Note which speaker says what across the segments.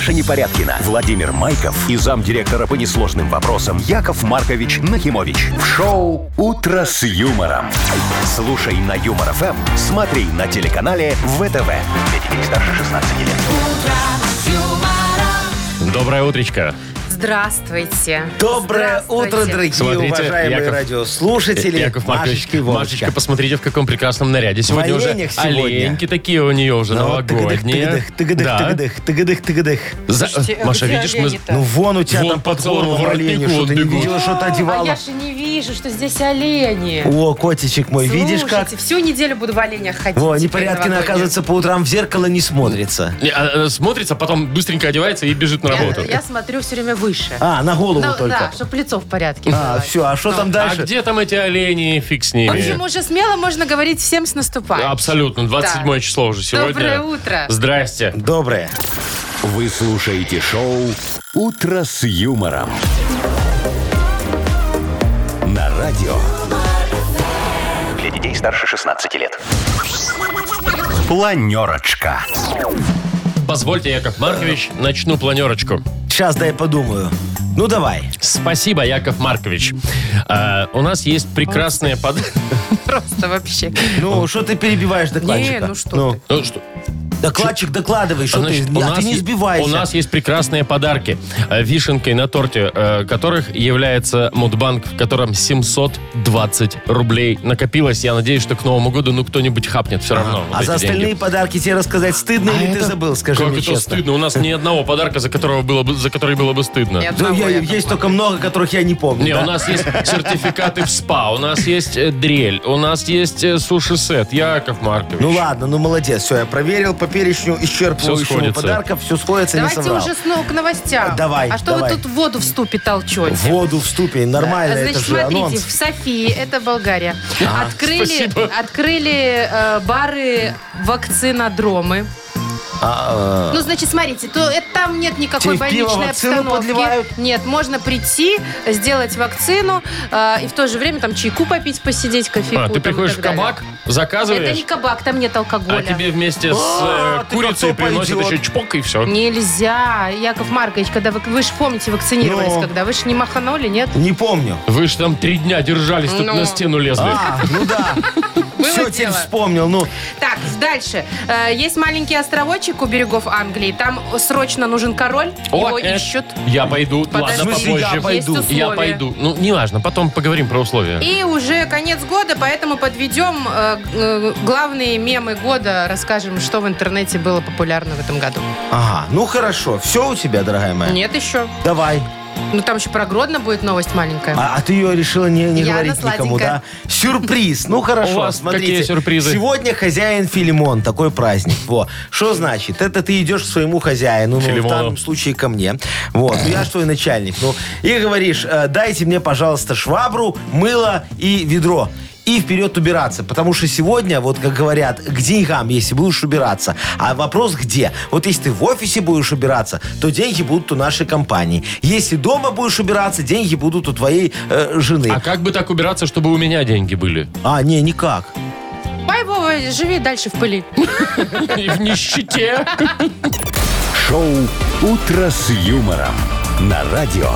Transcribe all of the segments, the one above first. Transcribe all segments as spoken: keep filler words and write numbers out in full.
Speaker 1: Маша Непорядкина, Владимир Майков и замдиректора по несложным вопросам Яков Маркович Нахимович. В шоу «Утро с юмором». Слушай на Юмор ФМ, смотри на телеканале ВТВ. Для детей старше шестнадцати лет.
Speaker 2: Доброе утречко.
Speaker 3: Здравствуйте.
Speaker 4: Доброе
Speaker 3: Здравствуйте.
Speaker 4: утро, дорогие
Speaker 2: Смотрите,
Speaker 4: уважаемые
Speaker 2: Яков-
Speaker 4: радиослушатели.
Speaker 2: Яков Маркович,
Speaker 4: Машечка и Вовочка.
Speaker 2: Машечка, посмотрите, в каком прекрасном наряде. Сегодня
Speaker 4: В
Speaker 2: уже
Speaker 4: оленях сегодня.
Speaker 2: оленьки такие у нее уже
Speaker 4: Ну,
Speaker 2: новогодние.
Speaker 4: тыгдых, тыгдых,
Speaker 2: Да.
Speaker 4: тыгдых, тыгдых, тыгдых.
Speaker 2: За-
Speaker 3: Слушайте, а
Speaker 2: Маша,
Speaker 3: где
Speaker 2: видишь, мы...
Speaker 3: олени-то?
Speaker 4: Ну, вон у тебя
Speaker 2: Вон
Speaker 4: там
Speaker 2: по
Speaker 4: под
Speaker 2: целому
Speaker 4: горлом олени,
Speaker 2: воротнику
Speaker 4: что ты не
Speaker 2: бегут.
Speaker 4: видела, что-то
Speaker 3: А
Speaker 4: одевала.
Speaker 3: я же не вижу, что здесь олени.
Speaker 4: О, котичек мой, видишь как?
Speaker 3: Слушайте, всю неделю буду в оленях ходить.
Speaker 4: Во,
Speaker 3: теперь
Speaker 4: Непорядкина,
Speaker 3: новогоднюю.
Speaker 4: оказывается, по утрам в зеркало не смотрится.
Speaker 2: Не, а, а, смотрится, потом быстренько одевается и бежит на работу.
Speaker 3: Я, я смотрю все время выше.
Speaker 4: А, на голову
Speaker 3: Ну,
Speaker 4: только.
Speaker 3: да, чтобы лицо в порядке
Speaker 4: А,
Speaker 3: было.
Speaker 4: все, а что там
Speaker 2: А
Speaker 4: дальше?
Speaker 2: где там эти олени? Фиг с
Speaker 3: В
Speaker 2: ними.
Speaker 3: общем, уже смело можно говорить всем с наступанием.
Speaker 2: Абсолютно. двадцать седьмое число уже сегодня.
Speaker 3: Доброе утро.
Speaker 2: Здрасте.
Speaker 4: Доброе.
Speaker 1: Вы слушаете шоу «Утро с юмором». На радио. Для детей старше шестнадцати лет. Планерочка.
Speaker 2: Позвольте, Яков Маркович, начну планерочку.
Speaker 4: Сейчас, дай подумаю. Ну, давай.
Speaker 2: Спасибо, Яков Маркович. А, у нас есть прекрасные под...
Speaker 3: Просто вообще.
Speaker 4: Ну, что ты перебиваешь докладчика?
Speaker 3: Не, ну что ты.
Speaker 2: Ну, что?
Speaker 4: Докладчик, докладывай, что
Speaker 2: Значит,
Speaker 4: ты,
Speaker 2: у
Speaker 4: а
Speaker 2: нас
Speaker 4: ты не
Speaker 2: е-
Speaker 4: сбивайся.
Speaker 2: У нас есть прекрасные подарки. Э, Вишенкой на торте, э, которых является Мудбанк, в котором семьсот двадцать рублей накопилось. Я надеюсь, что к Новому году ну кто-нибудь хапнет все равно. вот
Speaker 4: А
Speaker 2: эти
Speaker 4: за остальные
Speaker 2: деньги.
Speaker 4: подарки тебе рассказать стыдно
Speaker 2: А
Speaker 4: или ты
Speaker 2: это-
Speaker 4: забыл, скажи
Speaker 2: как
Speaker 4: мне
Speaker 2: это
Speaker 4: честно.
Speaker 2: стыдно? У нас ни одного подарка, за которого было бы, за который было бы стыдно.
Speaker 3: Ни
Speaker 4: Ну,
Speaker 3: одного,
Speaker 4: я-
Speaker 3: Яков
Speaker 4: есть
Speaker 3: Маркович.
Speaker 4: только много, которых я не помню.
Speaker 2: Не,
Speaker 4: да?
Speaker 2: у нас есть сертификаты в СПА, у нас есть э, дрель, у нас есть э, суши-сет. Яков Маркович.
Speaker 4: Ну ладно, ну молодец. Все, я проверил по перечню исчерпывающему
Speaker 2: Всё сходится.
Speaker 4: подарков. Все сходится,
Speaker 3: Давайте
Speaker 4: не соврал.
Speaker 3: уже снова к новостям.
Speaker 4: Давай,
Speaker 3: А что
Speaker 4: давай.
Speaker 3: вы тут в воду в ступе толчете?
Speaker 4: В воду в ступень, нормально,
Speaker 3: Значит,
Speaker 4: это же
Speaker 3: смотрите,
Speaker 4: анонс.
Speaker 3: в Софии, это Болгария, открыли,
Speaker 2: спасибо.
Speaker 3: открыли э, бары вакцинодромы.
Speaker 4: А,
Speaker 3: Ну, значит, смотрите, то это, там нет никакой
Speaker 4: Тебе в пиво
Speaker 3: больничной
Speaker 4: вакцину
Speaker 3: обстановки.
Speaker 4: подливают?
Speaker 3: Нет, можно прийти, сделать вакцину э, и в то же время там чайку попить, посидеть, кофейку.
Speaker 2: А, ты
Speaker 3: там и
Speaker 2: приходишь
Speaker 3: так
Speaker 2: в кабак,
Speaker 3: далее.
Speaker 2: заказываешь,
Speaker 3: Это не кабак, там нет алкоголя.
Speaker 2: а тебе вместе с
Speaker 4: А,
Speaker 2: э,
Speaker 4: ты
Speaker 2: курицей
Speaker 4: как кто
Speaker 2: приносят
Speaker 4: пойдет?
Speaker 2: еще чпок и все.
Speaker 3: Нельзя, Яков Маркович, когда вы, вы же помните, вакцинировались,
Speaker 4: Ну.
Speaker 3: когда вы же не маханули, нет?
Speaker 4: не помню.
Speaker 2: Вы же там три дня держались, тут
Speaker 3: Ну.
Speaker 2: на стену лезли.
Speaker 4: А, ну да. Все, теперь
Speaker 3: дело.
Speaker 4: вспомнил. Ну,
Speaker 3: Так, дальше. Э, есть маленький островочек у берегов Англии. Там срочно нужен король.
Speaker 2: О,
Speaker 3: Его
Speaker 2: э,
Speaker 3: ищут.
Speaker 2: Я пойду.
Speaker 3: Подожди,
Speaker 2: Ладно,
Speaker 4: в смысле, я
Speaker 2: попозже.
Speaker 4: пойду?
Speaker 3: Есть
Speaker 2: Я
Speaker 3: условия.
Speaker 2: пойду. Ну, неважно, потом поговорим про условия.
Speaker 3: И уже конец года, поэтому подведем э, э, главные мемы года. Расскажем, что в интернете было популярно в этом году.
Speaker 4: ага, ну хорошо. Все у тебя, дорогая моя?
Speaker 3: Нет еще.
Speaker 4: Давай.
Speaker 3: Ну, там еще про Гродно будет новость маленькая.
Speaker 4: А, а ты ее решила не, не
Speaker 3: Я
Speaker 4: говорить
Speaker 3: она
Speaker 4: никому, да?
Speaker 3: сладенькая.
Speaker 4: Сюрприз. Ну хорошо,
Speaker 2: У вас
Speaker 4: смотрите.
Speaker 2: какие сюрпризы?
Speaker 4: Сегодня хозяин Филимон, такой праздник. Во. Что значит? Это ты идешь к своему хозяину, ну, в
Speaker 2: Филимону.
Speaker 4: данном случае ко мне. Вот. Ну, я ж твой начальник. Ну, и говоришь, э, дайте мне, пожалуйста, швабру, мыло и ведро. И вперед убираться. Потому что сегодня, вот как говорят, к деньгам, если будешь убираться. А вопрос где? Вот если ты в офисе будешь убираться, то деньги будут у нашей компании. Если дома будешь убираться, деньги будут у твоей э, жены.
Speaker 2: А как бы так убираться, чтобы у меня деньги были?
Speaker 4: А, не, никак.
Speaker 3: Ай, Вова, живи дальше в пыли.
Speaker 2: И в нищете.
Speaker 1: Шоу «Утро с юмором». На радио.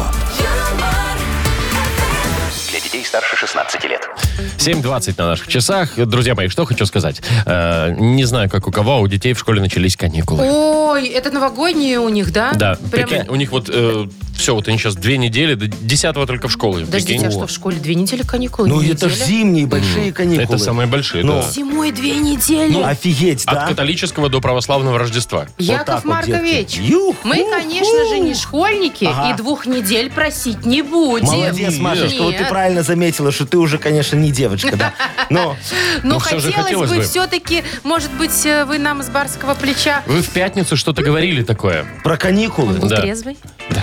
Speaker 1: Для детей старше шестнадцати лет.
Speaker 2: семь двадцать на наших часах. Друзья мои, что хочу сказать. Э, не знаю, как у кого, а у детей в школе начались каникулы.
Speaker 3: Ой, это новогодние у них, да?
Speaker 2: Да,
Speaker 3: Прям...
Speaker 2: прикинь, у них вот э, все, вот они сейчас две недели, до десятого только в школу.
Speaker 3: Подождите,
Speaker 2: прикинь.
Speaker 3: а что, в школе две недели каникулы?
Speaker 4: Ну,
Speaker 3: не
Speaker 4: это ж
Speaker 3: неделя?
Speaker 4: зимние большие каникулы.
Speaker 2: Это самые большие,
Speaker 4: Ну.
Speaker 2: да.
Speaker 3: Зимой две недели.
Speaker 4: Ну, офигеть,
Speaker 2: От
Speaker 4: да?
Speaker 2: католического до православного Рождества.
Speaker 3: Яков
Speaker 4: так вот,
Speaker 3: Маркович,
Speaker 4: детки. Юх,
Speaker 3: мы,
Speaker 4: ух,
Speaker 3: конечно
Speaker 4: ух.
Speaker 3: же, не школьники
Speaker 4: Ага.
Speaker 3: и двух недель просить не будем.
Speaker 4: Молодец, Машечка, вот ты
Speaker 3: Нет.
Speaker 4: правильно заметила, что ты уже, конечно, не девочка, да? Но
Speaker 3: Но
Speaker 2: Ну, всё же
Speaker 3: хотелось,
Speaker 2: хотелось
Speaker 3: бы,
Speaker 2: бы.
Speaker 3: все-таки, может быть, э, вы нам с барского плеча...
Speaker 2: Вы в пятницу что-то говорили такое?
Speaker 4: про каникулы.
Speaker 3: Был
Speaker 2: Да.
Speaker 3: трезвый?
Speaker 2: Да.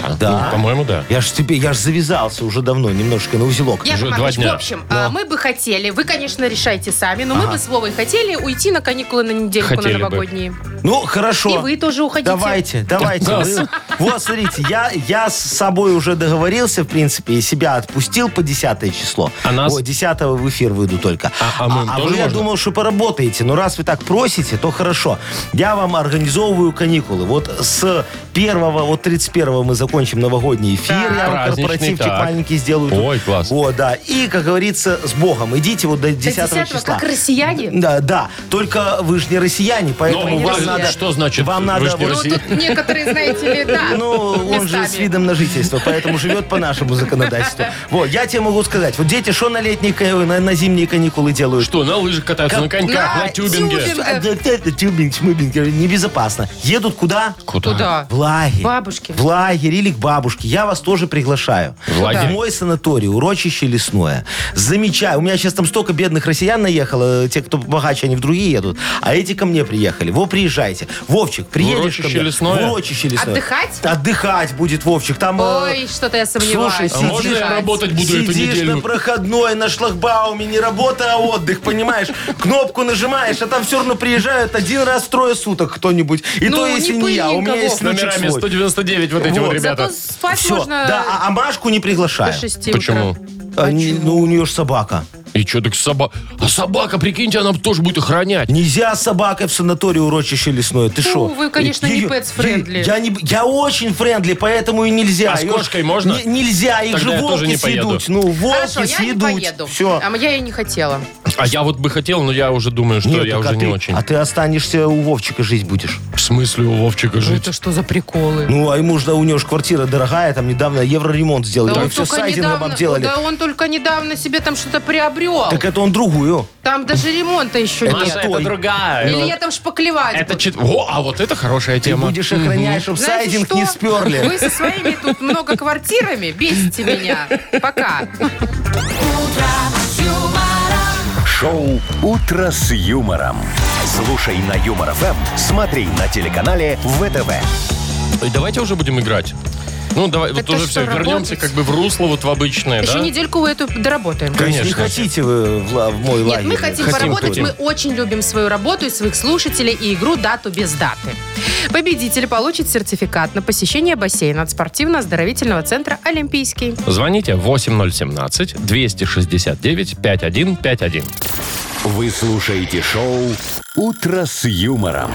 Speaker 2: Да?
Speaker 4: Да.
Speaker 2: Ну, по-моему, да.
Speaker 4: Я ж тебе, я ж завязался уже давно, немножко на узелок.
Speaker 3: Яков
Speaker 2: Уже два
Speaker 3: Маркович,
Speaker 2: дня.
Speaker 3: в общем,
Speaker 2: Да.
Speaker 3: а, мы бы хотели, вы, конечно, решайте сами, но мы бы с Вовой хотели уйти на каникулы на недельку,
Speaker 2: Хотели
Speaker 3: на
Speaker 2: бы.
Speaker 3: новогодние.
Speaker 4: Ну, хорошо.
Speaker 3: И вы тоже уходите.
Speaker 4: Давайте, давайте.
Speaker 2: Да.
Speaker 4: Вы- Вот, смотрите, я, я с собой уже договорился, в принципе, и себя отпустил по десятое число.
Speaker 2: А нас?
Speaker 4: Вот, десятого в эфир выйду только.
Speaker 2: А- а мы им тоже
Speaker 4: вы, я
Speaker 2: можно?
Speaker 4: думал, что поработаете. Но раз вы так просите, то хорошо. Я вам организовываю каникулы. Вот с первого, вот тридцать первого мы закончим новогодний эфир.
Speaker 3: Так.
Speaker 4: Я вам
Speaker 2: Праздничный,
Speaker 4: корпоративчик
Speaker 2: так.
Speaker 4: маленький сделаю. тут.
Speaker 2: Ой, класс.
Speaker 4: Вот, да. И, как говорится, с Богом. Идите вот до
Speaker 3: До
Speaker 4: десятого
Speaker 3: десятого,
Speaker 4: числа.
Speaker 3: как россияне?
Speaker 4: Да, да. Только вы же не россияне, поэтому
Speaker 2: Ну,
Speaker 4: вам
Speaker 2: вы-
Speaker 4: надо...
Speaker 2: что значит,
Speaker 4: Вам
Speaker 2: вы
Speaker 4: надо...
Speaker 2: ж не
Speaker 4: вот-
Speaker 3: Ну,
Speaker 2: Россия-
Speaker 3: тут некоторые, знаете ли, да,
Speaker 4: Ну, он же
Speaker 3: местами.
Speaker 4: с видом на жительство, поэтому живет по нашему законодательству. Вот, я тебе могу сказать, вот дети что на летние, ка- на, на зимние каникулы делают?
Speaker 2: Что, на лыжах катаются, на коньках,
Speaker 3: На
Speaker 2: на тюбинге?
Speaker 3: тюбинге.
Speaker 4: А, да, да, да, тюбинг, шмюбинг, небезопасно. Едут куда?
Speaker 3: Куда?
Speaker 4: В лагерь.
Speaker 3: Бабушке.
Speaker 4: В лагерь или к бабушке. Я вас тоже приглашаю.
Speaker 2: В лагерь?
Speaker 4: В мой санаторий, урочище лесное. Замечаю. У меня сейчас там столько бедных россиян наехало. Те, кто богаче, они в другие едут. А эти ко мне приехали. Во, приезжайте. Вовчик, приедешь ко
Speaker 2: урочище
Speaker 4: мне.
Speaker 2: лесное?
Speaker 4: В урочище лесное.
Speaker 3: Отдыхать?
Speaker 4: Отдыхать будет, Вовчик. Там... э,
Speaker 3: Ой, что-то я сомневаюсь.
Speaker 4: Слушай,
Speaker 2: А можно я работать буду эту
Speaker 4: Сидишь
Speaker 2: неделю?
Speaker 4: на проходной, на шлагбауме, не работа, а отдых, понимаешь? Кнопку нажимаешь, а там все равно приезжают один раз в трое суток кто-нибудь. И
Speaker 3: Ну,
Speaker 4: то, если
Speaker 3: не
Speaker 4: не я. У
Speaker 3: пылинка,
Speaker 4: меня есть
Speaker 3: Вов.
Speaker 2: С
Speaker 4: ключик
Speaker 2: номерами
Speaker 4: свой.
Speaker 2: сто девяносто девять вот эти
Speaker 4: Вот.
Speaker 2: вот ребята.
Speaker 3: Зато спать
Speaker 4: Все,
Speaker 3: можно
Speaker 4: да, а, а Машку не
Speaker 3: до
Speaker 4: приглашаю.
Speaker 3: шести
Speaker 2: Почему?
Speaker 3: утра.
Speaker 4: А, не- ну, у нее же собака.
Speaker 2: И что, так собака... А собака, прикиньте, она тоже будет охранять.
Speaker 4: Нельзя с собакой в санаторий урочище лесное. Ты что?
Speaker 3: вы, конечно, не pets-friendly.
Speaker 4: Я, не, я очень френдли, поэтому и нельзя.
Speaker 2: А с
Speaker 4: Её ж
Speaker 2: кошкой можно?
Speaker 4: не- нельзя, их
Speaker 2: Тогда
Speaker 4: же
Speaker 2: я тоже
Speaker 4: волки
Speaker 2: не поеду.
Speaker 4: съедут. Ну, волки
Speaker 3: Хорошо, я не
Speaker 4: съедут.
Speaker 3: поеду.
Speaker 4: Все.
Speaker 3: А я и не хотела.
Speaker 2: А я вот бы хотел, но я уже думаю, что
Speaker 4: Нет,
Speaker 2: я
Speaker 4: так
Speaker 2: уже
Speaker 4: а
Speaker 2: не
Speaker 4: ты,
Speaker 2: очень.
Speaker 4: А ты останешься у Вовчика жить будешь.
Speaker 2: В смысле у Вовчика
Speaker 3: Ну,
Speaker 2: жить?
Speaker 3: это что за приколы?
Speaker 4: Ну, а ему же, да, у него же квартира дорогая, там недавно евроремонт сделали.
Speaker 3: Да
Speaker 4: Мы
Speaker 3: он
Speaker 4: все с
Speaker 3: только
Speaker 4: сайдингом
Speaker 3: недавно,
Speaker 4: обделали.
Speaker 3: да он только недавно себе там что-то приобрел.
Speaker 4: Так это он другую.
Speaker 3: Там даже ремонта еще
Speaker 4: Это
Speaker 3: нет.
Speaker 2: Маша,
Speaker 4: той.
Speaker 2: это другая.
Speaker 3: Или я там шпаклевать
Speaker 2: Это
Speaker 3: буду.
Speaker 2: чет... О, а вот это хорошая
Speaker 4: Ты
Speaker 2: тема.
Speaker 4: будешь охранять, чтобы
Speaker 3: Знаете
Speaker 4: сайдинг
Speaker 3: что?
Speaker 4: не сперли.
Speaker 3: Вы со своими тут много квартирами бесите меня. Пока.
Speaker 1: Шоу «Утро с юмором». Слушай на Юмор ФМ, смотри на телеканале ВТВ.
Speaker 2: Ой, давайте уже будем играть. Ну, давай, вот
Speaker 3: Это
Speaker 2: уже
Speaker 3: что,
Speaker 2: все, вернемся
Speaker 3: работать?
Speaker 2: как бы в русло, вот в обычное,
Speaker 3: Еще
Speaker 2: да?
Speaker 3: недельку вы эту доработаем.
Speaker 4: То есть не
Speaker 2: Конечно.
Speaker 4: хотите вы в, ла- в мой
Speaker 3: Нет,
Speaker 4: лагерь?
Speaker 3: мы хотим,
Speaker 2: Хотим,
Speaker 3: поработать.
Speaker 2: хотим.
Speaker 3: Мы очень любим свою работу и своих слушателей и игру «Дату без даты». Победитель получит сертификат на посещение бассейна от спортивно-оздоровительного центра «Олимпийский».
Speaker 2: Звоните восемь ноль семнадцать двести шестьдесят девять пятьдесят один пятьдесят один.
Speaker 1: Вы слушаете шоу «Утро с юмором».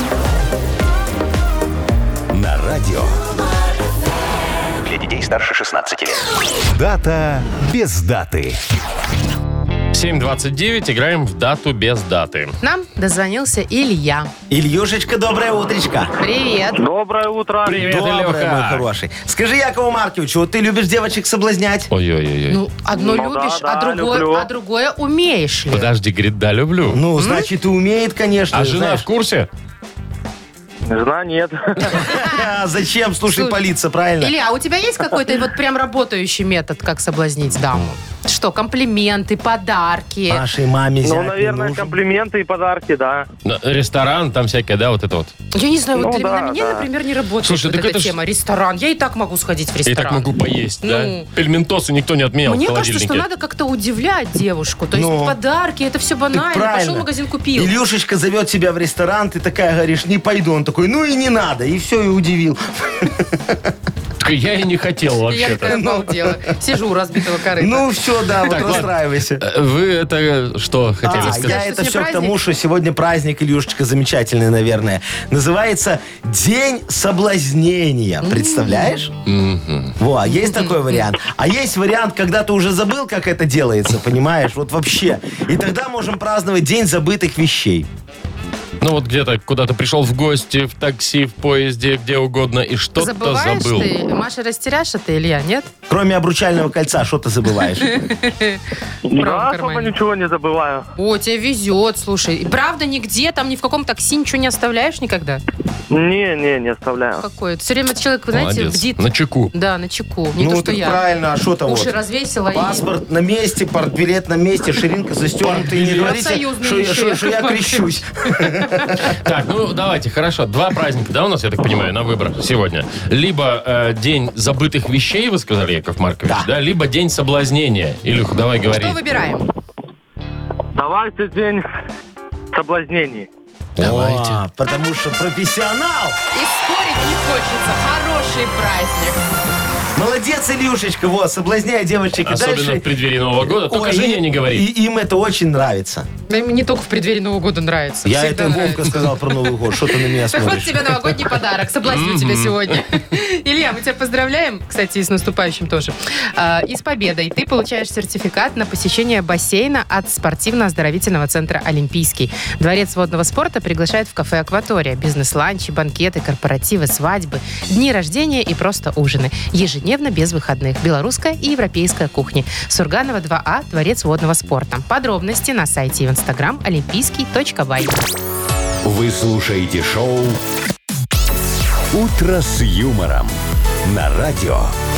Speaker 1: На радио. Для детей старше шестнадцати лет. Дата без даты.
Speaker 2: семь двадцать девять, играем в дату без даты.
Speaker 3: Нам дозвонился Илья.
Speaker 4: Ильюшечка, доброе утречко.
Speaker 3: Привет.
Speaker 5: Доброе утро.
Speaker 2: Привет,
Speaker 4: Доброе, мой
Speaker 2: Илюха.
Speaker 4: хороший. Скажи, Якову Марковичу, вот ты любишь девочек соблазнять?
Speaker 2: Ой-ой-ой.
Speaker 3: Ну, одно
Speaker 5: Ну да,
Speaker 3: любишь,
Speaker 5: да,
Speaker 3: а, другое,
Speaker 5: люблю.
Speaker 3: а другое умеешь ли?
Speaker 2: Подожди, говорит, да, люблю.
Speaker 4: Ну, значит, и умеет, конечно.
Speaker 2: А жена
Speaker 4: знаешь.
Speaker 2: в курсе?
Speaker 5: Жена нет.
Speaker 4: А зачем? Слушай,
Speaker 3: Слушай,
Speaker 4: палиться, правильно?
Speaker 3: Илья, а у тебя есть какой-то вот прям работающий метод, как соблазнить даму? Что, комплименты, подарки?
Speaker 4: Нашей маме зять
Speaker 5: Ну,
Speaker 4: не
Speaker 5: наверное,
Speaker 4: нужен.
Speaker 5: комплименты и подарки, да.
Speaker 2: На- Ресторан, там всякое, да, вот это вот.
Speaker 3: Я не знаю, вот
Speaker 5: Ну
Speaker 3: для
Speaker 5: да,
Speaker 3: на меня,
Speaker 5: да.
Speaker 3: например, не работает
Speaker 2: Слушай,
Speaker 3: вот
Speaker 2: так
Speaker 3: эта
Speaker 2: это ж-
Speaker 3: тема. Ресторан. Я и так могу сходить в
Speaker 2: И
Speaker 3: ресторан.
Speaker 2: так могу поесть, да?
Speaker 3: Ну.
Speaker 2: Пельментосы никто не отменял
Speaker 3: Мне
Speaker 2: в
Speaker 3: кажется,
Speaker 2: холодильнике.
Speaker 3: что надо как-то удивлять девушку. То есть
Speaker 4: Ну.
Speaker 3: подарки, это все
Speaker 4: Так
Speaker 3: банально.
Speaker 4: правильно.
Speaker 3: Пошел в магазин, купил.
Speaker 4: Илюшечка зовет тебя в ресторан, ты такая говоришь, не пойду. Он такой, ну и не надо. И все, и удивил.
Speaker 2: Так я и не хотел
Speaker 3: Я
Speaker 2: вообще-то.
Speaker 3: такая обалдела. Сижу у разбитого корыта.
Speaker 4: Ну все, да, вот
Speaker 2: Так, ладно.
Speaker 4: расстраивайся.
Speaker 2: Э, Вы это что хотели
Speaker 4: А,
Speaker 2: сказать?
Speaker 4: я
Speaker 3: что
Speaker 4: это
Speaker 3: сегодня
Speaker 4: все к
Speaker 3: праздник?
Speaker 4: тому, что сегодня праздник, Илюшечка, замечательный, наверное. Называется День соблазнения. Представляешь? Во, есть такой вариант. А есть вариант, когда ты уже забыл, как это делается, понимаешь? Вот вообще. И тогда можем праздновать День забытых вещей.
Speaker 2: Ну вот где-то куда-то пришел в гости, в такси, в поезде, где угодно, и что-то
Speaker 3: Забываешь
Speaker 2: забыл.
Speaker 3: ты? Маша растеряша ты, Илья, нет?
Speaker 4: Кроме обручального кольца, что ты забываешь?
Speaker 5: Да,
Speaker 3: кармане.
Speaker 5: особо ничего не забываю.
Speaker 3: О, тебе везет, слушай. И правда нигде, там ни в каком такси ничего не оставляешь никогда?
Speaker 5: Не, не, не оставляю.
Speaker 3: Какое? Все время человек, вы знаете,
Speaker 2: Молодец.
Speaker 3: бдит.
Speaker 2: На чеку.
Speaker 3: Да, на чеку. Не
Speaker 4: Ну,
Speaker 3: то, что
Speaker 4: так
Speaker 3: я.
Speaker 4: правильно, а что там
Speaker 3: Уши
Speaker 4: вот?
Speaker 3: развесила и...
Speaker 4: Паспорт на месте, портбилет на месте, ширинка застегнута. И не говорите,
Speaker 3: Профсоюзный
Speaker 4: что я-
Speaker 3: еще,
Speaker 4: что что я
Speaker 3: Яков Маркович.
Speaker 4: крещусь.
Speaker 2: Так, ну давайте, хорошо. Два праздника, да, у нас, я так понимаю, на выбор сегодня. Либо э, день забытых вещей, вы сказали, Яков Маркович, да, либо день соблазнения. Илюха, давай говори.
Speaker 3: Что выбираем?
Speaker 5: Давайте день соблазнений.
Speaker 2: Давайте.
Speaker 4: О, потому что профессионал.
Speaker 3: И спорить не хочется. Хороший праздник.
Speaker 4: Молодец, Илюшечка, вот, соблазняй девочек. И
Speaker 2: Особенно
Speaker 4: дальше...
Speaker 2: в преддверии Нового года. Только
Speaker 4: Ой,
Speaker 2: жене
Speaker 4: и-
Speaker 2: не говори.
Speaker 4: И им это очень нравится.
Speaker 3: Да им не только в преддверии Нового года нравится.
Speaker 4: Я
Speaker 3: Всегда
Speaker 4: это Вовка
Speaker 3: нравится.
Speaker 4: сказал про Новый год. Что ты на меня
Speaker 3: Так вот
Speaker 4: смотришь?
Speaker 3: тебе новогодний подарок. Соблазню тебя сегодня. Илья, мы тебя поздравляем, кстати, и с наступающим тоже. А, И с победой. Ты получаешь сертификат на посещение бассейна от спортивно-оздоровительного центра «Олимпийский». Дворец водного спорта приглашает в кафе «Акватория». Бизнес-ланчи, банкеты, корпоративы, свадьбы, дни рождения и просто ужины. Ежедневно без выходных. Белорусская и европейская кухни. Сурганова два А, Дворец водного спорта. Подробности на сайте и в инстаграм олимпийский точка бай.
Speaker 1: Вы слушаете шоу «Утро с юмором» на радио.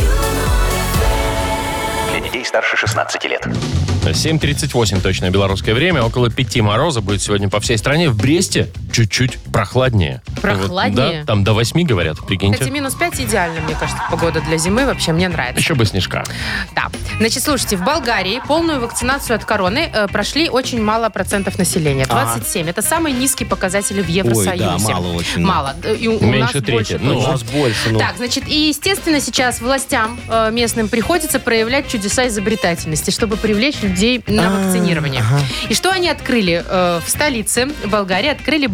Speaker 1: Для детей старше шестнадцати лет.
Speaker 2: семь тридцать восемь точное белорусское время. Около пяти мороза будет сегодня по всей стране. В Бресте чуть-чуть прохладнее.
Speaker 3: Прохладнее?
Speaker 2: Вот, да, там до восьми, говорят, прикиньте.
Speaker 3: Кстати, минус пять идеально, мне кажется, погода для зимы. Вообще, мне нравится.
Speaker 2: Еще бы снежка.
Speaker 3: Да. Значит, слушайте, в Болгарии полную вакцинацию от короны э, прошли очень мало процентов населения. двадцать семь. Это самый низкий показатель в Евросоюзе.
Speaker 4: Ой, да, мало очень.
Speaker 3: Мало. Э, И у, у
Speaker 2: Меньше
Speaker 3: нас
Speaker 2: трети.
Speaker 3: больше
Speaker 2: Ну,
Speaker 4: У
Speaker 3: точно.
Speaker 4: нас больше, ну.
Speaker 3: Так, значит, и, естественно, сейчас властям э, местным приходится проявлять чудеса изобретательности, чтобы привлечь людей на вакцинирование. И что они открыли? Э, в столице Болгарии открыли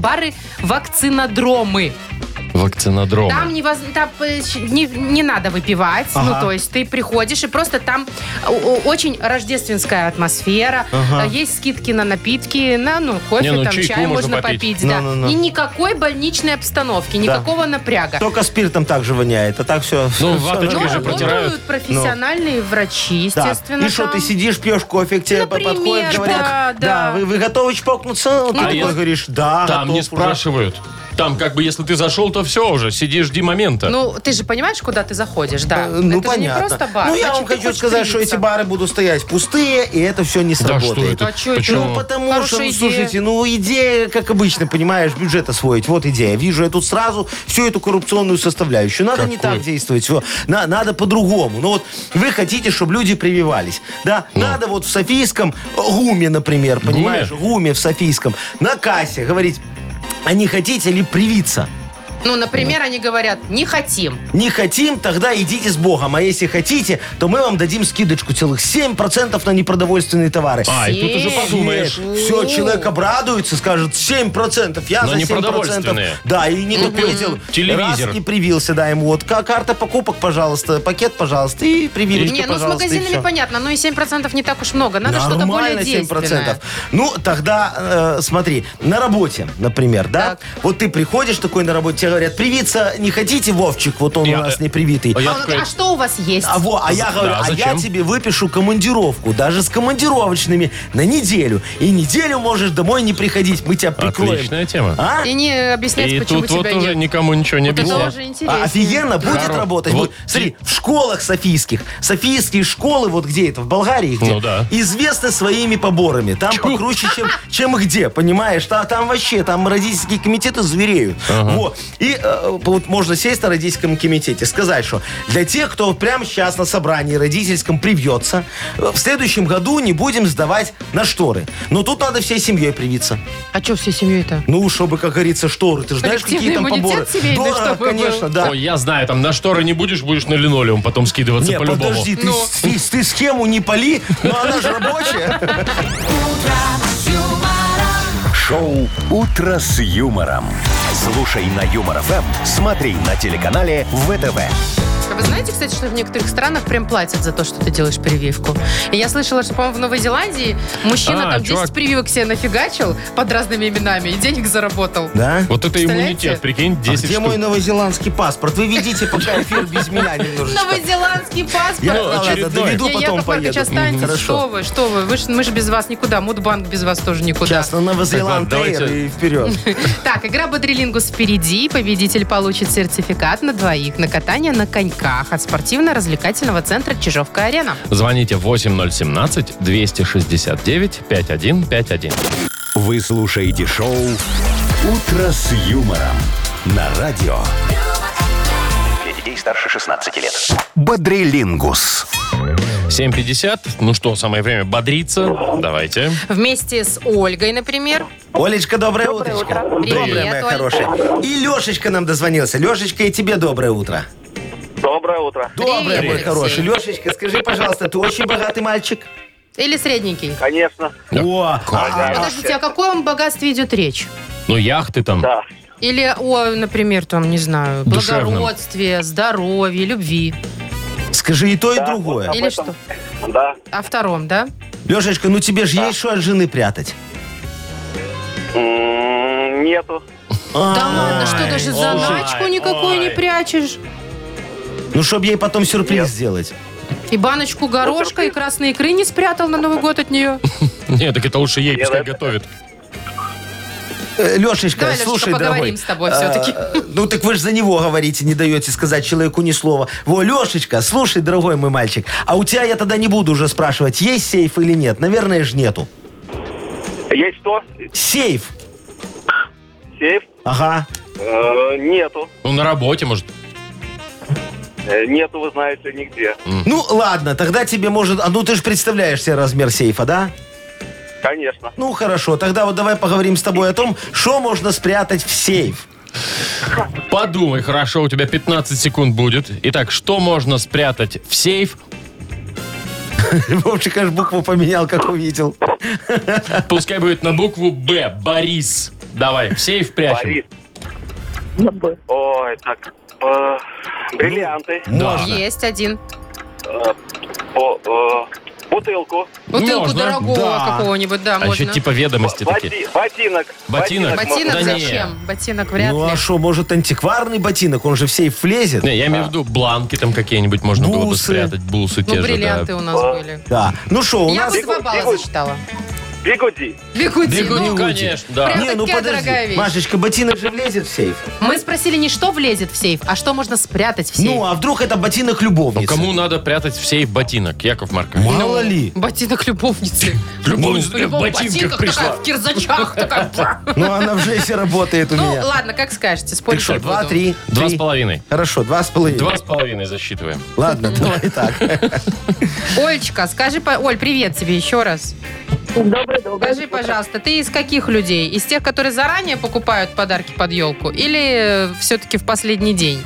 Speaker 3: бары-вакцинодромы.
Speaker 2: Вакцинодром.
Speaker 3: Там, не, воз- там, э, не, не надо выпивать.
Speaker 4: Ага.
Speaker 3: Ну, то есть ты приходишь, и просто там о- о- очень рождественская атмосфера.
Speaker 4: Ага.
Speaker 3: Э, Есть скидки на напитки, на ну, кофе,
Speaker 2: Не, ну,
Speaker 3: там,
Speaker 2: чайку
Speaker 3: чай
Speaker 2: можно
Speaker 3: можно
Speaker 2: попить.
Speaker 3: попить. да.
Speaker 4: Ну-ну-ну.
Speaker 3: И никакой больничной обстановки, никакого напряга.
Speaker 4: Только спиртом так же воняет, а так все.
Speaker 2: Ну,
Speaker 3: Но
Speaker 2: ваточкой же
Speaker 3: работают
Speaker 2: протирают.
Speaker 3: профессиональные врачи,
Speaker 4: Так,
Speaker 3: естественно.
Speaker 4: и что,
Speaker 3: там.
Speaker 4: ты сидишь, пьешь кофе, к тебе
Speaker 3: Например,
Speaker 4: подходят, говорят,
Speaker 3: да, да.
Speaker 4: вы, вы готовы чпокнуться? Вот ты
Speaker 2: А
Speaker 4: такой
Speaker 2: я-
Speaker 4: говоришь, да,
Speaker 2: Там
Speaker 4: готов
Speaker 2: не
Speaker 4: уже.
Speaker 2: спрашивают. Там как бы, если ты зашел, то все уже. Сидишь, жди момента.
Speaker 3: Ну, ты же понимаешь, куда ты заходишь, да?
Speaker 4: Э, Ну,
Speaker 3: это
Speaker 4: понятно.
Speaker 3: же не просто бар.
Speaker 4: Ну, я
Speaker 3: Значит,
Speaker 4: вам
Speaker 3: ты
Speaker 4: хочу
Speaker 3: хочешь
Speaker 4: сказать, что
Speaker 3: привиться.
Speaker 4: эти бары будут стоять пустые, и это все не
Speaker 2: Да
Speaker 4: сработает.
Speaker 2: что это?
Speaker 3: А чё это?
Speaker 2: Почему?
Speaker 4: Ну, потому
Speaker 3: Хорошая
Speaker 4: что, ну,
Speaker 3: идея.
Speaker 4: слушайте, ну, идея, как обычно, понимаешь, бюджет освоить. Вот идея. Вижу я тут сразу всю эту коррупционную составляющую. Надо не
Speaker 2: Какую?
Speaker 4: так действовать. всё. На- надо по-другому. Ну, вот вы хотите, чтобы люди прививались. Да? Надо вот в Софийском ГУМе, например, понимаешь, ГУМе в Софийском, на кассе говорить, а не хотите ли привиться?
Speaker 3: Ну, например, они говорят, не хотим.
Speaker 4: Не хотим, тогда идите с Богом. А если хотите, то мы вам дадим скидочку целых семь процентов на непродовольственные товары.
Speaker 2: А, и тут уже
Speaker 3: Семь.
Speaker 2: подумаешь.
Speaker 4: Все, человек обрадуется, скажет семь процентов, я
Speaker 2: Но
Speaker 4: за
Speaker 2: не
Speaker 4: семь процентов.
Speaker 2: продовольственные.
Speaker 4: Да, и не такое дело.
Speaker 2: Телевизор.
Speaker 4: Раз и привился, да, ему вот ка- карта покупок, пожалуйста, пакет, пожалуйста, и прививочка,
Speaker 3: Не, ну с
Speaker 4: пожалуйста, и
Speaker 3: магазинами
Speaker 4: всё.
Speaker 3: понятно, но и семь процентов не так уж много. Надо что-то более
Speaker 4: Нормально, семь процентов.
Speaker 3: действенное.
Speaker 4: Ну, тогда, э, смотри, на работе, например, да?
Speaker 3: Так.
Speaker 4: Вот ты приходишь такой на работе, тебе говорят, привиться не хотите, Вовчик? Вот он
Speaker 2: Я,
Speaker 4: у нас
Speaker 2: э,
Speaker 4: не привитый.
Speaker 2: а я
Speaker 3: А, он-
Speaker 2: такой-
Speaker 3: а что у вас есть?
Speaker 4: А, во, а я
Speaker 2: Да,
Speaker 4: говорю, а я
Speaker 2: зачем?
Speaker 4: тебе выпишу командировку, даже с командировочными на неделю. И неделю можешь домой не приходить, мы тебя прикроем.
Speaker 2: Отличная тема.
Speaker 4: А?
Speaker 3: И не объяснять,
Speaker 2: И
Speaker 3: почему
Speaker 2: тут вот
Speaker 3: тебя
Speaker 2: уже
Speaker 3: нет.
Speaker 2: никому ничего не
Speaker 3: Вот это
Speaker 2: объяснять.
Speaker 3: уже интересно.
Speaker 4: А, офигенно будет
Speaker 2: Хоро-
Speaker 4: работать.
Speaker 2: вот
Speaker 4: Вот, смотри, в школах софийских, софийские школы, вот где это, в Болгарии, где,
Speaker 2: Ну да.
Speaker 4: известны своими поборами. Там покруче, чем, чем где, понимаешь? Там, там вообще, там родительские комитеты звереют. Вот. И э, вот можно сесть на родительском комитете, сказать, что для тех, кто прямо сейчас на собрании родительском привьется, э, в следующем году не будем сдавать на шторы. Но тут надо всей семьей привиться.
Speaker 3: А что всей семьей-то?
Speaker 4: Ну, чтобы, как говорится, шторы. Ты же знаешь, какие там
Speaker 3: Коллективный
Speaker 4: поборы?
Speaker 3: иммунитет семейный,
Speaker 4: Дорого,
Speaker 3: чтобы был.
Speaker 4: конечно, да.
Speaker 2: Ой, я знаю, там на шторы не будешь, будешь на линолеум потом скидываться
Speaker 4: Не,
Speaker 2: по-любому.
Speaker 4: подожди, ты,
Speaker 3: Ну.
Speaker 4: с- ты, ты схему не пали, но она же рабочая.
Speaker 1: Шоу «Утро с юмором». Слушай на Юмор ФМ, смотри на телеканале ВТВ.
Speaker 3: А вы знаете, кстати, что в некоторых странах прям платят за то, что ты делаешь прививку? И я слышала, что, по-моему, в Новой Зеландии мужчина
Speaker 2: А,
Speaker 3: там десять
Speaker 2: чувак.
Speaker 3: прививок себе нафигачил под разными именами и денег заработал.
Speaker 4: Да?
Speaker 2: Вот это
Speaker 3: Представляете?
Speaker 2: иммунитет, прикинь,
Speaker 4: А
Speaker 2: десять
Speaker 4: где
Speaker 2: штук.
Speaker 4: мой новозеландский паспорт? Вы ведите пока эфир без меня немножечко.
Speaker 3: Новозеландский паспорт.
Speaker 4: Я
Speaker 2: Ну,
Speaker 4: ладно,
Speaker 2: очередной.
Speaker 4: доведу,
Speaker 3: Не,
Speaker 4: потом
Speaker 3: Яков Маркович,
Speaker 4: поеду.
Speaker 3: останьтесь.
Speaker 4: Хорошо.
Speaker 3: Что вы, что вы? вы ж- мы же без вас никуда. Мудбанк без вас тоже никуда.
Speaker 4: Сейчас на Новозеланд
Speaker 2: Так, ладно,
Speaker 4: Эйр
Speaker 2: давайте.
Speaker 4: и вперед.
Speaker 3: Так, игра «Бодрилингус» впереди. Победитель получит сертификат на двоих на катание на коньках от спортивно-развлекательного центра «Чижовка-арена».
Speaker 2: Звоните восемь ноль семнадцать двести шестьдесят девять пятьдесят один пятьдесят один.
Speaker 1: Вы слушаете шоу «Утро с юмором» на радио. Для детей старше шестнадцати лет. Бодрилингус.
Speaker 2: семь пятьдесят. Ну что, самое время бодриться. Давайте.
Speaker 3: Вместе с Ольгой, например.
Speaker 4: Олечка, доброе, утречко.
Speaker 3: Привет,
Speaker 4: Доброе, моя
Speaker 3: Оль.
Speaker 4: хорошая. И Лешечка нам дозвонился. Лешечка, и тебе доброе утро.
Speaker 5: Доброе утро.
Speaker 4: Доброе,
Speaker 3: Привет,
Speaker 4: мой
Speaker 3: Алексей.
Speaker 4: хороший. Лешечка, скажи, пожалуйста, ты очень богатый мальчик?
Speaker 3: Или средненький.
Speaker 5: Конечно.
Speaker 4: О, а- а-
Speaker 3: Подождите, о каком богатстве идет речь?
Speaker 2: Ну, яхты там.
Speaker 5: Да.
Speaker 3: Или о, например, там, не знаю,
Speaker 2: Душевном.
Speaker 3: благородстве, здоровье, любви.
Speaker 4: скажи и то, и
Speaker 5: Да,
Speaker 4: другое.
Speaker 5: вот
Speaker 3: Или
Speaker 5: этом.
Speaker 3: что?
Speaker 5: Да.
Speaker 3: О втором, да?
Speaker 4: Лешечка, ну тебе же есть что от жены прятать?
Speaker 5: М, Нету.
Speaker 3: Да ладно, что
Speaker 2: Ой,
Speaker 3: даже
Speaker 2: ой,
Speaker 3: заначку никакую не
Speaker 2: ой.
Speaker 3: прячешь?
Speaker 4: Ну, чтобы ей потом сюрприз
Speaker 5: Нет.
Speaker 4: сделать.
Speaker 3: И баночку горошка, и красной икры не спрятал на Новый год от нее?
Speaker 2: Нет, так это лучше ей,
Speaker 5: Нет,
Speaker 2: пускай
Speaker 5: это-
Speaker 2: готовит.
Speaker 4: Э, Лешечка,
Speaker 3: Давай, Лешечка,
Speaker 4: слушай,
Speaker 3: поговорим
Speaker 4: дорогой.
Speaker 3: с тобой все-таки.
Speaker 4: э, Ну, так вы же за него говорите, не даете сказать человеку ни слова. Во, Лешечка, слушай, дорогой мой мальчик, а у тебя я тогда не буду уже спрашивать, есть сейф или нет. Наверное же нету.
Speaker 5: Есть что?
Speaker 4: Сейф.
Speaker 5: Сейф?
Speaker 4: Ага.
Speaker 5: Э, Нету.
Speaker 2: Ну, на работе, может.
Speaker 5: Э, Нету, вы знаете, нигде.
Speaker 4: Ну, ладно, тогда тебе может... А ну, ты же представляешь себе размер сейфа, да?
Speaker 5: Конечно.
Speaker 4: Ну, хорошо, тогда вот давай поговорим с тобой о том, что можно спрятать в сейф.
Speaker 2: Подумай, хорошо, у тебя пятнадцать секунд будет. Итак, что можно спрятать в сейф?
Speaker 4: Вовчик аж букву поменял, как увидел.
Speaker 2: Пускай будет на букву Б. Борис. Давай, в сейф прячем.
Speaker 5: Борис. Ой, так. э, Бриллианты.
Speaker 2: Да.
Speaker 3: Есть один.
Speaker 5: Э, о, э, Бутылку.
Speaker 3: Бутылку
Speaker 2: Можно.
Speaker 3: дорогого
Speaker 4: Да.
Speaker 3: какого-нибудь, да,
Speaker 2: А
Speaker 3: можно.
Speaker 2: еще типа ведомости такие.
Speaker 5: Боти- Ботинок.
Speaker 2: Ботинок?
Speaker 3: Ботинок
Speaker 2: Да не.
Speaker 3: зачем? Ботинок вряд
Speaker 4: Ну,
Speaker 3: ли.
Speaker 4: а что, может, антикварный ботинок? Он же в сейф влезет.
Speaker 2: Не, я имею в виду бланки там какие-нибудь можно было бы
Speaker 4: Бусы.
Speaker 2: спрятать. Бусы те
Speaker 3: Ну,
Speaker 2: же,
Speaker 3: бриллианты
Speaker 2: да.
Speaker 3: у нас были.
Speaker 4: Да. Ну что, у
Speaker 3: Я
Speaker 4: нас...
Speaker 3: бы два балла
Speaker 5: Бегут.
Speaker 3: засчитала.
Speaker 5: Бигуди.
Speaker 3: Бегуди.
Speaker 2: Бегуди,
Speaker 3: ну,
Speaker 2: конечно, да.
Speaker 3: Прям
Speaker 4: Не, ну
Speaker 3: такая
Speaker 4: подожди.
Speaker 3: дорогая вещь.
Speaker 4: Машечка, ботинок же влезет в сейф.
Speaker 3: Мы спросили не что влезет в сейф, а что можно спрятать в сейф.
Speaker 4: Ну, а вдруг это ботинок
Speaker 2: Ну,
Speaker 4: любовницы?
Speaker 2: кому надо прятать в сейф ботинок, Яков Маркович?
Speaker 4: Мало ли.
Speaker 3: Ботинок любовницы.
Speaker 2: Любовница
Speaker 3: В
Speaker 2: такая в
Speaker 3: любом
Speaker 2: ботинках
Speaker 3: ботинках
Speaker 2: пришла.
Speaker 3: такая, в кирзачах такая.
Speaker 4: Ну, она в жесте работает у
Speaker 3: Ну,
Speaker 4: меня.
Speaker 3: ладно, как скажете,
Speaker 4: Так
Speaker 3: спорить
Speaker 4: что,
Speaker 3: не
Speaker 4: два,
Speaker 3: буду.
Speaker 4: три?
Speaker 2: Два
Speaker 4: три?
Speaker 2: с половиной.
Speaker 4: Хорошо, два с половиной.
Speaker 2: Два с половиной засчитываем.
Speaker 4: Ладно, давай так.
Speaker 3: Олечка, скажи, по- Оль, привет тебе еще раз.
Speaker 6: Добрый, добрый.
Speaker 3: Скажи, пожалуйста, ты из каких людей? Из тех, которые заранее покупают подарки под елку? Или все-таки в последний день?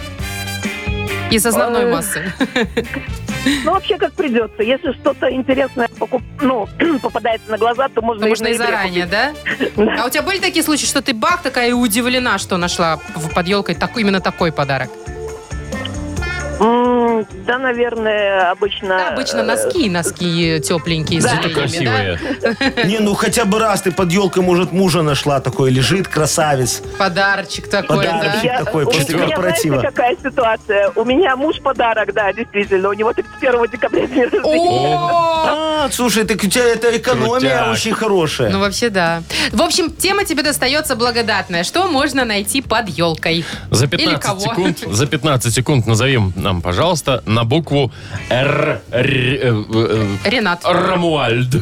Speaker 3: Из основной
Speaker 6: Ой.
Speaker 3: массы?
Speaker 6: Ну, вообще, как придется. Если что-то интересное покуп... ну, попадается на глаза, то можно,
Speaker 3: Ну, можно и
Speaker 6: в ноябре
Speaker 3: заранее, да?
Speaker 6: Да.
Speaker 3: А у тебя были такие случаи, что ты бах, такая и удивлена, что нашла в- под елкой так, именно такой подарок?
Speaker 6: купить. М, Да, наверное, обычно...
Speaker 3: Да, обычно носки, носки тепленькие, с
Speaker 6: Да.
Speaker 2: Зато
Speaker 3: желейными, да?
Speaker 2: красивые.
Speaker 4: Не, ну хотя бы раз ты под елкой, может, мужа нашла такой, лежит красавец.
Speaker 3: Подарочек такой,
Speaker 4: Подарочек.
Speaker 3: да?
Speaker 6: Я-
Speaker 4: такой
Speaker 6: у
Speaker 4: после
Speaker 6: меня,
Speaker 4: корпоратива.
Speaker 6: знаете, какая ситуация? У меня муж подарок, да, действительно. У него тридцать первого декабря день рождения.
Speaker 3: О!
Speaker 4: А, слушай, так у тебя это экономия
Speaker 2: Крутяк.
Speaker 4: очень хорошая.
Speaker 3: Ну, вообще, да. В общем, тема тебе достается благодатная. Что можно найти под елкой?
Speaker 2: За
Speaker 3: Или
Speaker 2: пятнадцать
Speaker 3: кого?
Speaker 2: секунд, за пятнадцать секунд назовем нам, пожалуйста, на букву Р. Р- э, э,
Speaker 3: Ренат.
Speaker 2: Рамуальд.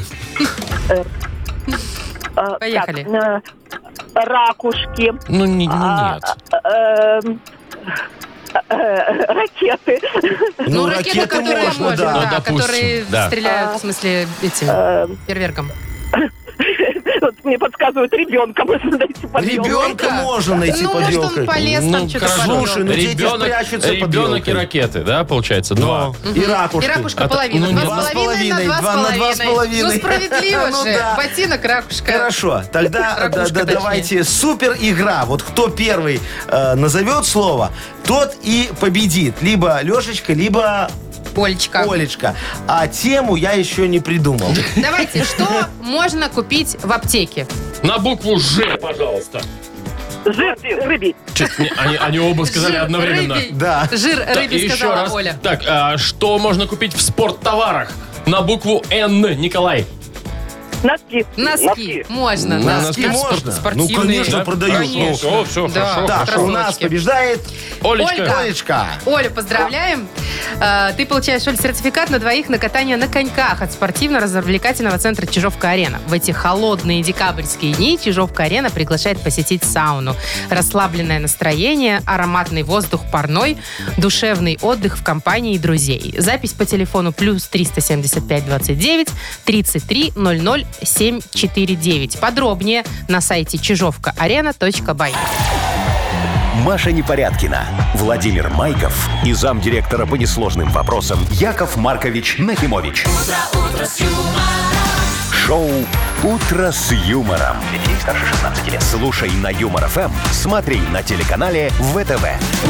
Speaker 6: А,
Speaker 3: Поехали.
Speaker 6: так, э, ракушки.
Speaker 2: Ну, не- не-
Speaker 6: а,
Speaker 2: нет.
Speaker 6: эм, э, ракеты.
Speaker 3: Ну, ракеты, которые можно,
Speaker 4: да.
Speaker 3: да,
Speaker 2: Ну, допустим,
Speaker 3: которые
Speaker 2: да.
Speaker 3: стреляют, в смысле, этим,
Speaker 6: Эм,
Speaker 3: фейерверком.
Speaker 6: Вот мне подсказывают, ребенка можно найти под елкой.
Speaker 4: Ребенка можно найти
Speaker 3: Ну,
Speaker 4: под
Speaker 3: может, он
Speaker 4: елкой.
Speaker 3: полез там
Speaker 2: Ну,
Speaker 3: что-то
Speaker 2: хорошо.
Speaker 3: подел.
Speaker 4: Слушай, ну дети
Speaker 2: Ребенок,
Speaker 4: спрячутся под
Speaker 2: ребенок и
Speaker 4: елкой.
Speaker 2: ракеты, да, получается? Два.
Speaker 4: Ну, и ракушки.
Speaker 3: И ракушка
Speaker 2: А то-
Speaker 3: половина.
Speaker 2: ну,
Speaker 3: Два
Speaker 2: два
Speaker 3: с
Speaker 4: с
Speaker 3: половиной на
Speaker 4: половиной,
Speaker 3: два
Speaker 4: два на два с
Speaker 3: с половиной.
Speaker 4: половиной.
Speaker 3: Ну, справедливо
Speaker 4: Ну
Speaker 3: же.
Speaker 4: да.
Speaker 3: Ботинок, ракушка.
Speaker 4: Хорошо, тогда да,
Speaker 3: Ракушка,
Speaker 4: да,
Speaker 3: точнее.
Speaker 4: давайте супер игра. Вот кто первый э, назовет слово, тот и победит. Либо Лешечка, либо
Speaker 3: Олечка.
Speaker 4: Олечка. А тему я еще не придумал.
Speaker 3: Давайте, что можно купить в аптеке?
Speaker 2: На букву Ж, пожалуйста.
Speaker 6: Жир рыбий.
Speaker 2: Чё-то не- они, они оба сказали
Speaker 3: Жир
Speaker 2: одновременно.
Speaker 3: рыбий.
Speaker 4: Да.
Speaker 3: Жир
Speaker 2: Так, и
Speaker 3: рыбий,
Speaker 2: еще
Speaker 3: сказала
Speaker 2: раз.
Speaker 3: Оля.
Speaker 2: Так, а что можно купить в спорттоварах? На букву Н, Николай.
Speaker 6: Носки.
Speaker 3: Носки. Можно.
Speaker 2: На
Speaker 4: Носки
Speaker 3: Спор-
Speaker 4: можно?
Speaker 3: Спортивные.
Speaker 4: Ну, конечно,
Speaker 2: Да?
Speaker 4: продают.
Speaker 3: Конечно.
Speaker 2: Все, все,
Speaker 3: Да.
Speaker 2: хорошо.
Speaker 3: Так,
Speaker 4: Так, у нас
Speaker 3: кроссовочки.
Speaker 4: побеждает
Speaker 2: Олечка.
Speaker 3: Ольга.
Speaker 4: Олечка.
Speaker 3: Оля, поздравляем. Э, Ты получаешь, Оль, сертификат на двоих на катание на коньках от спортивно-развлекательного центра «Чижовка-арена». В эти холодные декабрьские дни «Чижовка-арена» приглашает посетить сауну. Расслабленное настроение, ароматный воздух парной, душевный отдых в компании друзей. Запись по телефону плюс триста семьдесят пять двадцать девять тридцать три ноль ноль семь четыре девять. Подробнее на сайте чижовка арена точка бай.
Speaker 1: Маша Непорядкина, Владимир Майков и замдиректора по несложным вопросам Яков Маркович Нахимович. Шоу «Утро с юмором». Для детей старше шестнадцати лет. Слушай на Юмор ФМ, смотри на телеканале ВТВ.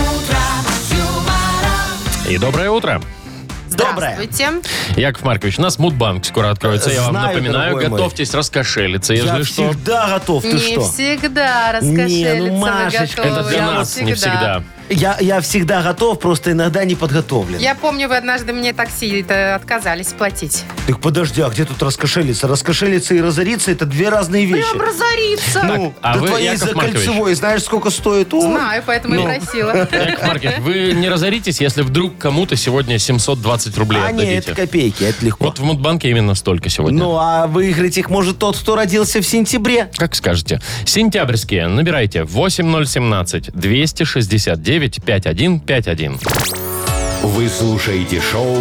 Speaker 2: И доброе утро.
Speaker 4: Доброе.
Speaker 3: Здравствуйте.
Speaker 2: Яков Маркович, у нас Мудбанк скоро откроется. Я вам
Speaker 4: Знаю,
Speaker 2: напоминаю,
Speaker 4: дорогой мой.
Speaker 2: готовьтесь раскошелиться,
Speaker 4: Я
Speaker 2: если что.
Speaker 4: всегда готов, ты
Speaker 3: Не
Speaker 4: что?
Speaker 3: всегда
Speaker 4: Не, ну,
Speaker 3: раскошелиться вы
Speaker 4: Машечка,
Speaker 3: готовы.
Speaker 2: Это для
Speaker 3: Не
Speaker 2: нас не всегда.
Speaker 4: Я, я всегда готов, просто иногда не подготовлен.
Speaker 3: Я помню, вы однажды мне такси это отказались платить.
Speaker 4: Так подожди, а где тут раскошелиться? Раскошелиться и разориться — это две разные вещи.
Speaker 3: Прям разориться.
Speaker 4: Ну,
Speaker 2: а
Speaker 4: да
Speaker 2: вы,
Speaker 4: твоей
Speaker 2: Яков
Speaker 4: за
Speaker 2: Маркович?
Speaker 4: кольцевой знаешь, сколько стоит? О,
Speaker 3: Знаю, поэтому
Speaker 4: Ну.
Speaker 3: и просила.
Speaker 2: Яков Маркович, вы не разоритесь, если вдруг кому-то сегодня семьсот двадцать рублей
Speaker 4: а не,
Speaker 2: отдадите.
Speaker 4: это копейки, это легко.
Speaker 2: Вот в Мудбанке именно столько сегодня.
Speaker 4: Ну, а выиграть их может тот, кто родился в сентябре.
Speaker 2: Как скажете. Сентябрьские. Набирайте восемь ноль семнадцать двести шестьдесят девять пятьдесят один пятьдесят один.
Speaker 1: Вы слушаете шоу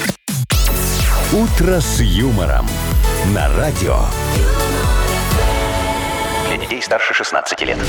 Speaker 1: «Утро с юмором» на радио. Для детей старше шестнадцати лет.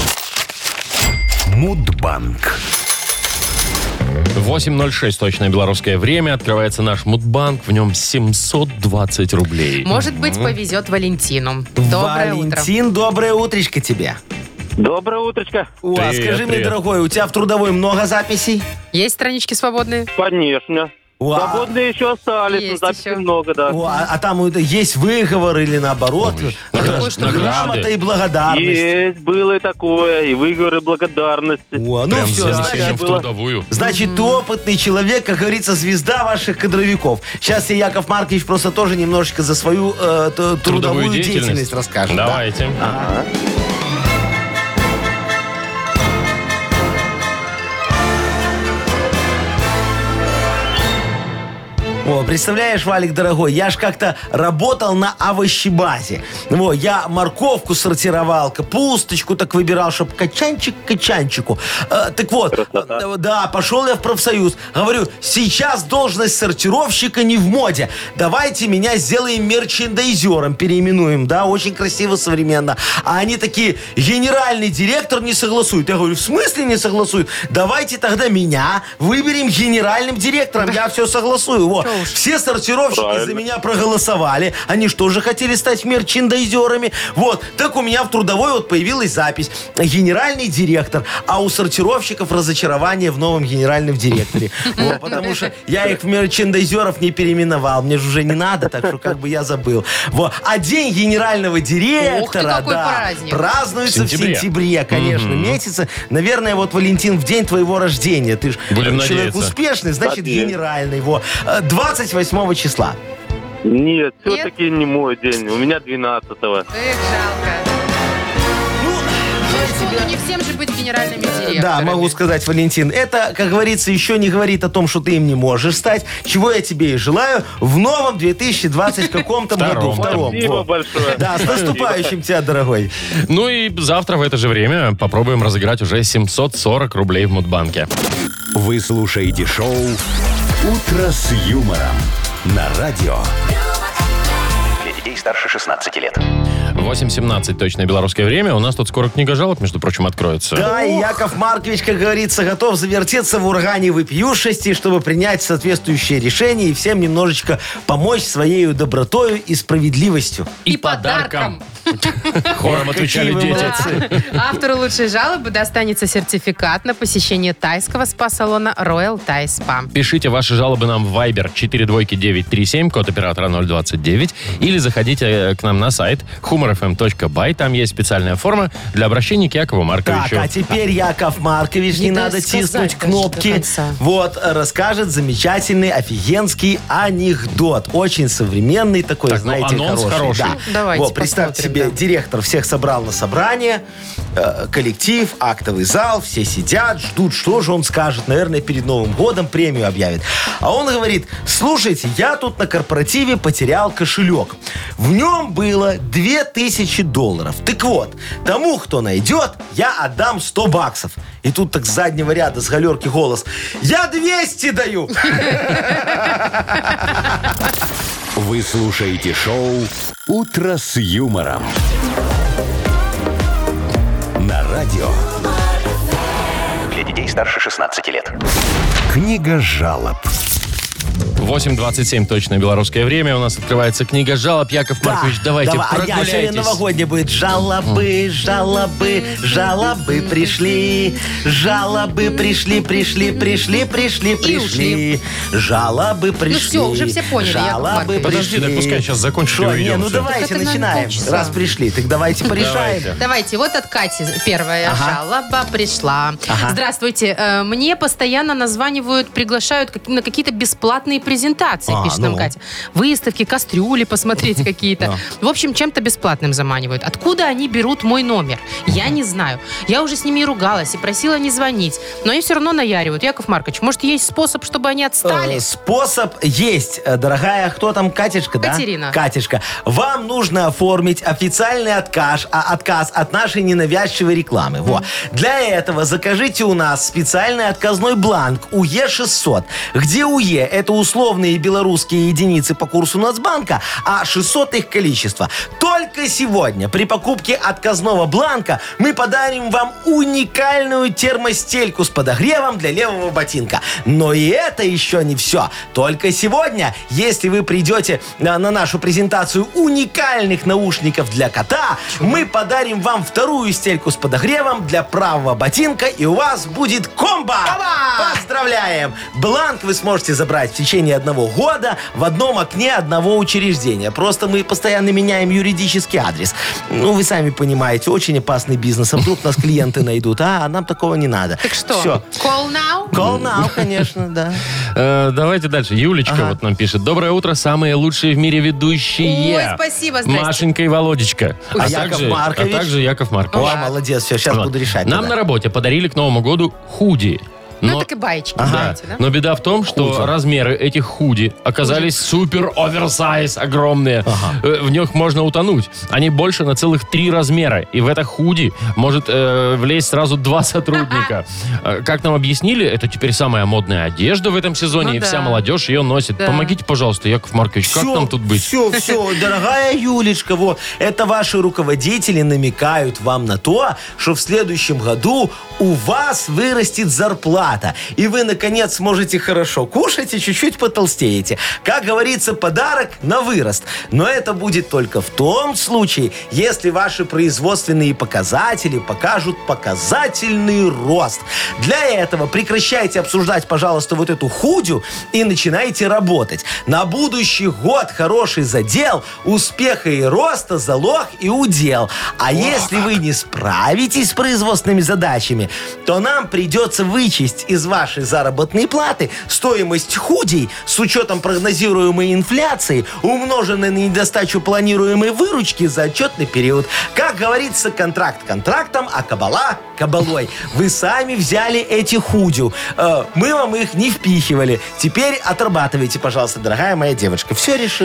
Speaker 1: Мудбанк.
Speaker 2: восемь ноль шесть точное белорусское время. Открывается наш Мудбанк. В нем семьсот двадцать рублей.
Speaker 3: Может быть, повезет Валентину. Доброе утро.
Speaker 4: Валентин, доброе утречко тебе.
Speaker 5: Доброе утречко.
Speaker 4: О, а
Speaker 2: Привет,
Speaker 4: скажи мне,
Speaker 2: привет.
Speaker 4: дорогой, у тебя в трудовой много записей?
Speaker 3: Есть странички свободные?
Speaker 5: Конечно.
Speaker 4: О, а-
Speaker 5: Свободные еще остались,
Speaker 3: Есть
Speaker 5: но записей
Speaker 3: еще.
Speaker 5: много, да.
Speaker 4: О, а, а там это есть выговор или наоборот?
Speaker 2: награды,
Speaker 3: что
Speaker 2: награды.
Speaker 4: Грамота и благодарность.
Speaker 5: Есть, было и такое, и выговоры благодарности.
Speaker 4: О, ну
Speaker 2: Прям
Speaker 4: все,
Speaker 2: с занесением
Speaker 4: значит,
Speaker 2: в
Speaker 5: было.
Speaker 2: трудовую.
Speaker 4: значит, ты опытный человек, как говорится, звезда ваших кадровиков. Сейчас я, Яков Маркович, просто тоже немножечко за свою э, т- трудовую деятельность, расскажет. да.
Speaker 2: Давайте.
Speaker 4: О, представляешь, Валик, дорогой, я ж как-то работал на овощебазе. Во, я морковку сортировал, капусточку так выбирал, чтобы качанчик к качанчику. Э, так вот, э, да, пошел я в профсоюз. Говорю, сейчас должность сортировщика не в моде. Давайте меня сделаем мерчендайзером, переименуем, да, очень красиво, современно. А они такие, генеральный директор не согласует. Я говорю, в смысле не согласует? Давайте тогда меня выберем генеральным директором, я все согласую. Вот. Все сортировщики
Speaker 5: Правильно.
Speaker 4: за меня проголосовали. Они что же хотели стать мерчендайзерами? Вот. Так у меня в трудовой вот появилась запись. Генеральный директор. А у сортировщиков разочарование в новом генеральном директоре. Вот, потому что я их в мерчендайзеров не переименовал. Мне же уже не надо, так что как бы я забыл. Вот. А день генерального директора,
Speaker 3: какой
Speaker 4: да,
Speaker 3: праздник.
Speaker 4: празднуется
Speaker 2: В сентябре.
Speaker 4: в сентябре, конечно, месяце. Наверное, вот, Валентин, в день твоего рождения. Ты же
Speaker 2: Будем
Speaker 4: человек
Speaker 2: надеяться.
Speaker 4: успешный, значит,
Speaker 5: Так есть.
Speaker 4: генеральный. Во. Э, двадцать восьмого числа.
Speaker 5: Нет, все-таки не мой день. У меня двенадцатого.
Speaker 3: Эх, жалко. Ну, не всем же быть генеральными директорами.
Speaker 4: Да, могу сказать, Валентин, это, как говорится, еще не говорит о том, что ты им не можешь стать, чего я тебе и желаю в новом две тысячи двадцать каком-то году.
Speaker 2: Втором.
Speaker 4: Втором.
Speaker 5: Спасибо
Speaker 4: Во.
Speaker 5: большое.
Speaker 4: Да, с наступающим тебя, дорогой.
Speaker 2: Ну и завтра в это же время попробуем разыграть уже семьсот сорок рублей в Мудбанке.
Speaker 1: Вы слушаете шоу «Утро с юмором» на радио. Для детей старше шестнадцати лет.
Speaker 2: восемь семнадцать точное белорусское время. У нас тут скоро книга жалоб, между прочим, откроется.
Speaker 4: Да, и Яков Маркович, как говорится, готов завертеться в урагане вопиюшести, чтобы принять соответствующее решение и всем немножечко помочь своей добротою и справедливостью.
Speaker 3: И подарком.
Speaker 2: Хором отвечали
Speaker 4: Какие вы
Speaker 2: дети.
Speaker 3: Автору лучшей жалобы достанется сертификат на посещение тайского спа-салона Royal Thai Spa.
Speaker 2: Пишите ваши жалобы нам в Viber четыре двойки девять три семь, код оператора ноль двадцать девять, или заходите к нам на сайт humor эф эм точка бай. Там есть специальная форма для обращения к Якову Марковичу.
Speaker 4: Так, а теперь Яков Маркович, не,
Speaker 3: Не
Speaker 4: надо
Speaker 3: дай сказать
Speaker 4: тиснуть
Speaker 3: даже
Speaker 4: кнопки.
Speaker 3: до конца.
Speaker 4: Вот, расскажет замечательный, офигенский анекдот. Очень современный такой,
Speaker 2: Так, ну,
Speaker 4: знаете,
Speaker 2: анонс
Speaker 4: хороший.
Speaker 2: хороший.
Speaker 4: Да.
Speaker 3: Ну, давайте
Speaker 4: вот, представьте
Speaker 3: посмотрим,
Speaker 4: себе,
Speaker 3: да.
Speaker 4: директор всех собрал на собрание, э, коллектив, актовый зал, все сидят, ждут, что же он скажет. Наверное, перед Новым годом премию объявит. А он говорит: слушайте, я тут на корпоративе потерял кошелек. В нем было две тысячи долларов. Так вот, тому, кто найдет, я отдам сто баксов. И тут так с заднего ряда, с галерки голос: я двести даю!
Speaker 1: Вы слушаете шоу «Утро с юмором» на радио. Для детей старше шестнадцати лет. Книга жалоб.
Speaker 2: восемь двадцать семь точное белорусское время. У нас открывается книга жалоб. Яков Маркович, давайте,
Speaker 4: давай. А я сегодня
Speaker 2: прогуляйтесь.
Speaker 4: новогодняя будет. Жалобы, жалобы, жалобы пришли. Жалобы пришли, пришли, пришли, пришли, пришли. Жалобы пришли.
Speaker 3: всё, уже все поняли, Яков
Speaker 4: Жалобы
Speaker 3: Маркович.
Speaker 2: Подожди,
Speaker 4: пришли.
Speaker 2: так пускай сейчас закончит,
Speaker 4: Шо,
Speaker 2: и
Speaker 4: не,
Speaker 2: уйдем
Speaker 4: ну
Speaker 2: все.
Speaker 4: давайте
Speaker 3: Так это на
Speaker 4: начинаем.
Speaker 3: полчаса.
Speaker 4: Раз пришли, так давайте порешаем.
Speaker 2: Давайте.
Speaker 3: Давайте, вот от Кати первая
Speaker 4: Ага.
Speaker 3: жалоба пришла.
Speaker 4: Ага.
Speaker 3: Здравствуйте, э, мне постоянно названивают, приглашают как- на какие-то бесплатные презентации,
Speaker 4: А,
Speaker 3: пишет нам
Speaker 4: ну.
Speaker 3: Катя. Выставки, кастрюли посмотреть какие-то. В общем, чем-то бесплатным заманивают. Откуда они берут мой номер? Я не знаю. Я уже с ними и ругалась, и просила не звонить. Но они все равно наяривают. Яков Маркович, может, есть способ, чтобы они отстали?
Speaker 4: Э, Способ есть, э, дорогая. Кто там, Катюшка, да?
Speaker 3: Катерина.
Speaker 4: Катюшка. Вам нужно оформить официальный отказ, а, отказ от нашей ненавязчивой рекламы. Во. Для этого закажите у нас специальный отказной бланк У Е шестьсот, где У Е это условные белорусские единицы по курсу Нацбанка, а шестьсот их количество. Только сегодня при покупке отказного бланка мы подарим вам уникальную термостельку с подогревом для левого ботинка. Но и это еще не все. Только сегодня, если вы придете на, на нашу презентацию уникальных наушников для кота, мы подарим вам вторую стельку с подогревом для правого ботинка, и у вас будет комбо! Поздравляем! Бланк вы сможете забрать в течение одного года в одном окне одного учреждения. Просто мы постоянно меняем юридический адрес. Ну, вы сами понимаете, очень опасный бизнес. А вдруг нас клиенты найдут, а нам такого не надо.
Speaker 3: Так что,
Speaker 4: Все.
Speaker 3: call now?
Speaker 4: Call now, конечно, да.
Speaker 2: Э, давайте дальше. Юлечка
Speaker 4: Ага.
Speaker 2: вот нам пишет. Доброе утро, самые лучшие в мире ведущие.
Speaker 3: Ой, спасибо, здрасте.
Speaker 2: Машенька и Володечка.
Speaker 4: А Яков Маркович?
Speaker 2: А также Яков Маркович.
Speaker 4: О, молодец, все, сейчас
Speaker 2: Вот.
Speaker 4: буду решать.
Speaker 2: Нам
Speaker 4: тогда.
Speaker 2: на работе подарили к Новому году худи.
Speaker 3: Ну,
Speaker 2: Но-
Speaker 3: так и баечки,
Speaker 2: Да.
Speaker 3: знаете, да?
Speaker 2: Но беда в том, что
Speaker 4: Худи.
Speaker 2: размеры этих худи оказались супер оверсайз, огромные. Э, В них можно утонуть. Они больше на целых три размера. И в это худи может э, влезть сразу два сотрудника. Э, Как нам объяснили, это теперь самая модная одежда в этом сезоне,
Speaker 3: Ну
Speaker 2: и
Speaker 3: да.
Speaker 2: вся молодежь ее носит.
Speaker 3: Да.
Speaker 2: Помогите, пожалуйста, Яков Маркович, как нам тут быть?
Speaker 4: Все, все, дорогая Юлечка, вот, это ваши руководители намекают вам на то, что в следующем году у вас вырастет зарплата, и вы, наконец, сможете хорошо кушать и чуть-чуть потолстеете. Как говорится, подарок на вырост. Но это будет только в том случае, если ваши производственные показатели покажут показательный рост. Для этого прекращайте обсуждать, пожалуйста, вот эту худю и начинайте работать. На будущий год хороший задел, успеха и роста, залог и удел. А если вы не справитесь с производственными задачами, то нам придется вычесть из вашей заработной платы стоимость худей с учетом прогнозируемой инфляции, умноженной на недостачу планируемой выручки за отчетный период. Как говорится, контракт контрактом, а кабала кабалой. Вы сами взяли эти худю. Э, мы вам их не впихивали. Теперь отрабатывайте, пожалуйста, дорогая моя девочка. Все решил.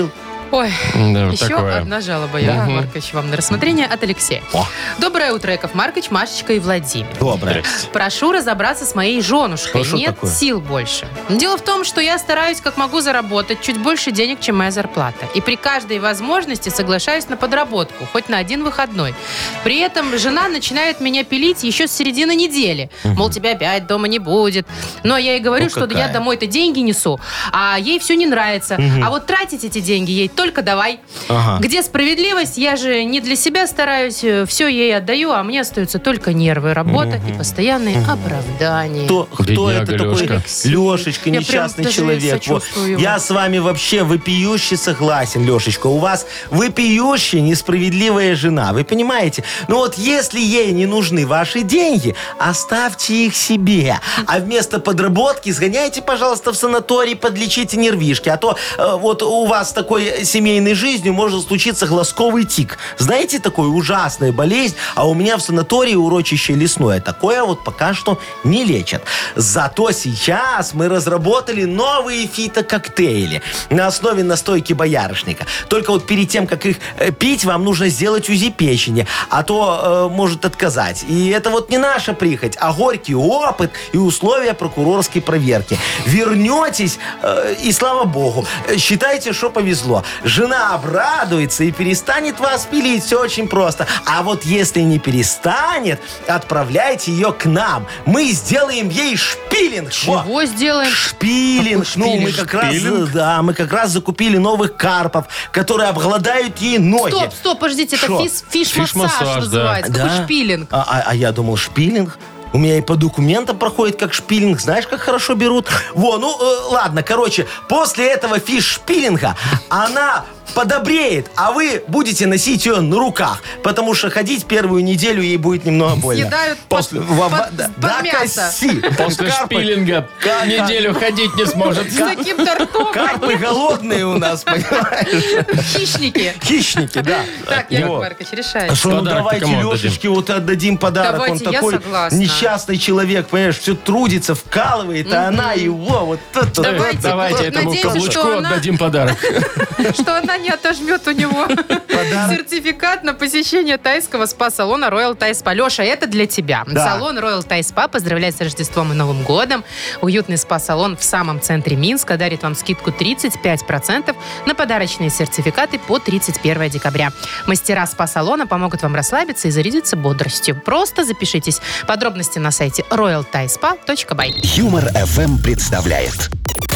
Speaker 3: Ой,
Speaker 2: Да, вот
Speaker 3: еще
Speaker 2: такое.
Speaker 3: одна жалоба, Яков Маркович, вам на рассмотрение от Алексея.
Speaker 4: О.
Speaker 3: Доброе утро, Яков Маркович, Машечка и Владимир.
Speaker 4: Доброе.
Speaker 3: Прошу разобраться с моей женушкой.
Speaker 4: А что
Speaker 3: Нет
Speaker 4: такое?
Speaker 3: сил больше. Дело в том, что я стараюсь как могу заработать чуть больше денег, чем моя зарплата. И при каждой возможности соглашаюсь на подработку, хоть на один выходной. При этом жена начинает меня пилить еще с середины недели. Мол, тебя опять дома не будет. Но я ей говорю,
Speaker 4: Ну,
Speaker 3: что
Speaker 4: какая?
Speaker 3: я домой-то деньги несу, а ей все не нравится. А вот тратить эти деньги ей только давай.
Speaker 4: Ага.
Speaker 3: Где справедливость? Я же не для себя стараюсь, все ей отдаю, а мне остаются только нервы, работа и постоянные оправдания.
Speaker 4: Кто, кто
Speaker 2: Бедняга
Speaker 4: это такой?
Speaker 2: Лёшка.
Speaker 4: Лешечка,
Speaker 3: Я
Speaker 4: несчастный
Speaker 3: прям даже
Speaker 4: человек. Вот.
Speaker 3: сочувствую ему.
Speaker 4: Я с вами вообще вопиюще согласен, Лешечка. У вас вопиюще несправедливая жена. Вы понимаете? Ну вот если ей не нужны ваши деньги, оставьте их себе. А вместо подработки сгоняйте, пожалуйста, в санаторий, подлечите нервишки. А то э, вот у вас с такой семейной жизнью может случиться глазковый тик. Знаете, такой ужасная болезнь, а у меня в санатории урочище лесное. Такое вот пока что не лечат. Зато сейчас мы разработали новые фитококтейли на основе настойки боярышника. Только вот перед тем, как их э, пить, вам нужно сделать УЗИ печени, а то э, может отказать. И это вот не наша прихоть, а горький опыт и условия прокурорской проверки. Вернетесь, э, и слава богу, э, считайте, что повезло. Жена обрадуется и перестанет вас пилить. Все очень просто. А вот если не перестанет, отправляйте ее к нам. Мы сделаем ей шпилинг. Во.
Speaker 3: Чего сделаем?
Speaker 4: Шпилинг.
Speaker 3: Какой
Speaker 4: Ну, мы
Speaker 3: шпилинг?
Speaker 4: как раз,
Speaker 2: Шпилинг?
Speaker 4: да, мы как раз закупили новых карпов, которые обгладают ей ноги.
Speaker 3: Стоп, стоп, подождите, это
Speaker 4: Шо?
Speaker 3: фиш- фиш-массаж
Speaker 2: Фиш-массаж, да.
Speaker 3: называется.
Speaker 4: Да?
Speaker 3: Какой шпилинг?
Speaker 4: А, а- а я думал, шпилинг. У меня и по документам проходит как шпилинг. Знаешь, как хорошо берут? Во, ну, э, ладно, короче, после этого фиш-шпилинга она подобреет, а вы будете носить ее на руках, потому что ходить первую неделю ей будет немного больно.
Speaker 3: Съедают
Speaker 4: После,
Speaker 3: под-
Speaker 4: во-
Speaker 3: под-
Speaker 4: да,
Speaker 3: под
Speaker 4: да,
Speaker 3: мясо.
Speaker 4: коси.
Speaker 2: После
Speaker 4: Карпы-
Speaker 2: шпилинга
Speaker 4: Ка-
Speaker 2: неделю ходить не сможет.
Speaker 3: С таким-то ртом.
Speaker 4: Карпы голодные у нас, понимаешь?
Speaker 3: Хищники.
Speaker 4: Хищники, да.
Speaker 3: Так, Яков
Speaker 4: Вот.
Speaker 3: Маркович,
Speaker 4: А
Speaker 3: решайте.
Speaker 4: что, ну
Speaker 2: Подарок-то
Speaker 4: давайте
Speaker 2: кому отдадим?
Speaker 4: Лешечке вот отдадим подарок.
Speaker 3: Давайте,
Speaker 4: Он
Speaker 3: я
Speaker 4: такой
Speaker 3: согласна.
Speaker 4: несчастный человек, понимаешь, все трудится, вкалывает, а она его вот это.
Speaker 3: Давайте,
Speaker 2: Давайте
Speaker 3: вот
Speaker 2: этому
Speaker 3: надеемся,
Speaker 2: каблучку
Speaker 3: что она-
Speaker 2: отдадим подарок.
Speaker 3: Что она не отожмет у него сертификат на посещение тайского спа-салона Royal Thai Spa. Леша, это для тебя.
Speaker 4: Да.
Speaker 3: Салон Royal Thai Spa поздравляет с Рождеством и Новым годом. Уютный спа-салон в самом центре Минска дарит вам скидку тридцать пять процентов на подарочные сертификаты по тридцать первое декабря. Мастера спа-салона помогут вам расслабиться и зарядиться бодростью. Просто запишитесь. Подробности на сайте роял тай спа точка бай.
Speaker 1: Юмор эф эм представляет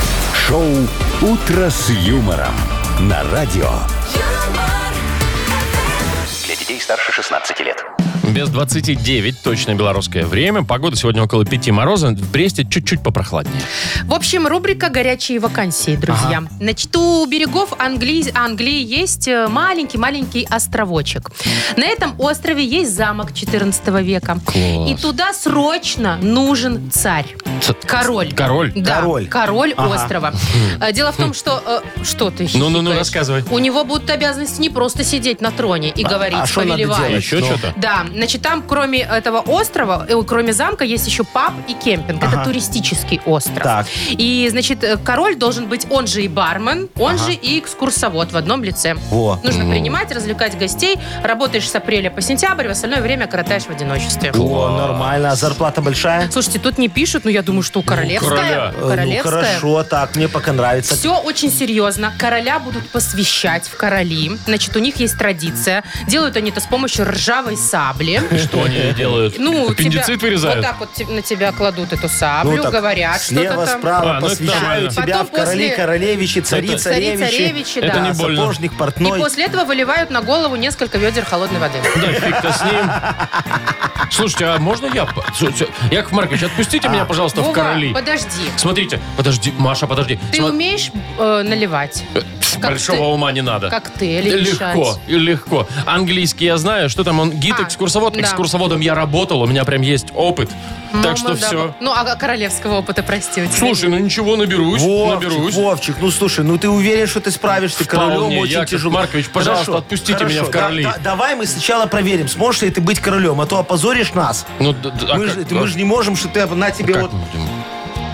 Speaker 1: шоу «Утро с юмором» на радио. Для детей старше шестнадцати лет.
Speaker 2: Без двадцати девяти точно белорусское время. Погода сегодня около пяти мороза. В Бресте чуть-чуть попрохладнее.
Speaker 3: В общем, рубрика «Горячие вакансии», друзья. Значит, у берегов Англии, Англии есть маленький-маленький островочек. На этом острове есть замок четырнадцатого века.
Speaker 2: Класс.
Speaker 3: И туда срочно нужен царь.
Speaker 2: Ц-
Speaker 3: Король.
Speaker 2: Король?
Speaker 3: Да,
Speaker 4: Король.
Speaker 3: король
Speaker 4: Ага.
Speaker 3: острова. Э, Дело в том, что... э, Что ты
Speaker 2: Ну-ну-ну,
Speaker 3: хихикаешь?
Speaker 2: рассказывай.
Speaker 3: У него будут обязанности не просто сидеть на троне и говорить,
Speaker 4: а что надо
Speaker 3: повелевать.
Speaker 4: делать?
Speaker 2: Еще
Speaker 4: Ну.
Speaker 2: что-то?
Speaker 3: Да, значит, там кроме этого острова, э, кроме замка, есть еще паб и кемпинг.
Speaker 4: Ага.
Speaker 3: Это туристический остров.
Speaker 4: Так.
Speaker 3: И, значит, э, король должен быть, он же и бармен, он же и экскурсовод в одном лице.
Speaker 4: Во.
Speaker 3: Нужно принимать, развлекать гостей. Работаешь с апреля по сентябрь, в остальное время коротаешь в одиночестве.
Speaker 4: О, нормально. А зарплата большая?
Speaker 3: Слушайте, тут не пишут, но я думаю, что королевская.
Speaker 2: короля.
Speaker 4: Э, Ну,
Speaker 3: Королевская.
Speaker 4: хорошо, так, мне пока нравится.
Speaker 3: Все очень серьезно. Короля будут посвящать в короли. Значит, у них есть традиция. Делают они это с помощью ржавой сабли.
Speaker 2: Что они делают?
Speaker 3: Ну,
Speaker 2: Аппендицит
Speaker 3: тебя-
Speaker 2: вырезают?
Speaker 3: Вот так вот те- на тебя кладут эту саблю,
Speaker 4: Ну, так
Speaker 3: говорят
Speaker 4: слева,
Speaker 3: что-то там.
Speaker 4: справа
Speaker 2: А, ну, это
Speaker 4: посвящаю
Speaker 2: нормально.
Speaker 4: тебя
Speaker 3: Потом
Speaker 4: в короли,
Speaker 3: после-
Speaker 4: королевичи, цари,
Speaker 2: Это-
Speaker 3: Цари,
Speaker 4: царевичи.
Speaker 3: царевичи,
Speaker 2: Это
Speaker 3: да.
Speaker 2: не больно.
Speaker 4: Сапожник,
Speaker 3: И
Speaker 4: портной.
Speaker 3: после этого выливают на голову несколько ведер холодной воды.
Speaker 2: Да фиг-то с ним. Слушайте, а можно я... п- Слушайте, Яков Маркович, отпустите меня, пожалуйста, в
Speaker 3: Вова,
Speaker 2: короли.
Speaker 3: подожди.
Speaker 2: Смотрите, подожди, Маша, подожди.
Speaker 3: Ты
Speaker 2: Сма-
Speaker 3: умеешь э, наливать?
Speaker 2: Большого
Speaker 3: ты-
Speaker 2: ума не надо.
Speaker 3: Коктейли
Speaker 2: Легко,
Speaker 3: мешать?
Speaker 2: и легко. Английский я знаю, что там он
Speaker 3: А,
Speaker 2: гид-экскурсовод.
Speaker 3: да.
Speaker 2: Экскурсоводом я работал, у меня прям есть опыт.
Speaker 3: Ну,
Speaker 2: Так что
Speaker 3: мы, да,
Speaker 2: все.
Speaker 3: Ну, а королевского опыта, прости, у тебя
Speaker 2: Слушай, ну ничего, наберусь,
Speaker 4: Вовчик,
Speaker 2: наберусь.
Speaker 4: Вовчик, ну слушай, ну ты уверен, что ты справишься? Королем
Speaker 2: Вполне.
Speaker 4: очень
Speaker 2: Яков
Speaker 4: тяжело.
Speaker 2: Маркович, пожалуйста, отпустите меня в
Speaker 4: да-
Speaker 2: короли.
Speaker 4: да- давай мы сначала проверим, сможешь ли ты быть королем, а то опозоришь нас.
Speaker 2: Ну, д- д- а
Speaker 4: мы,
Speaker 2: как-
Speaker 4: же, ты- мы же не можем, что ты на тебе
Speaker 2: как
Speaker 4: вот...
Speaker 2: мы будем?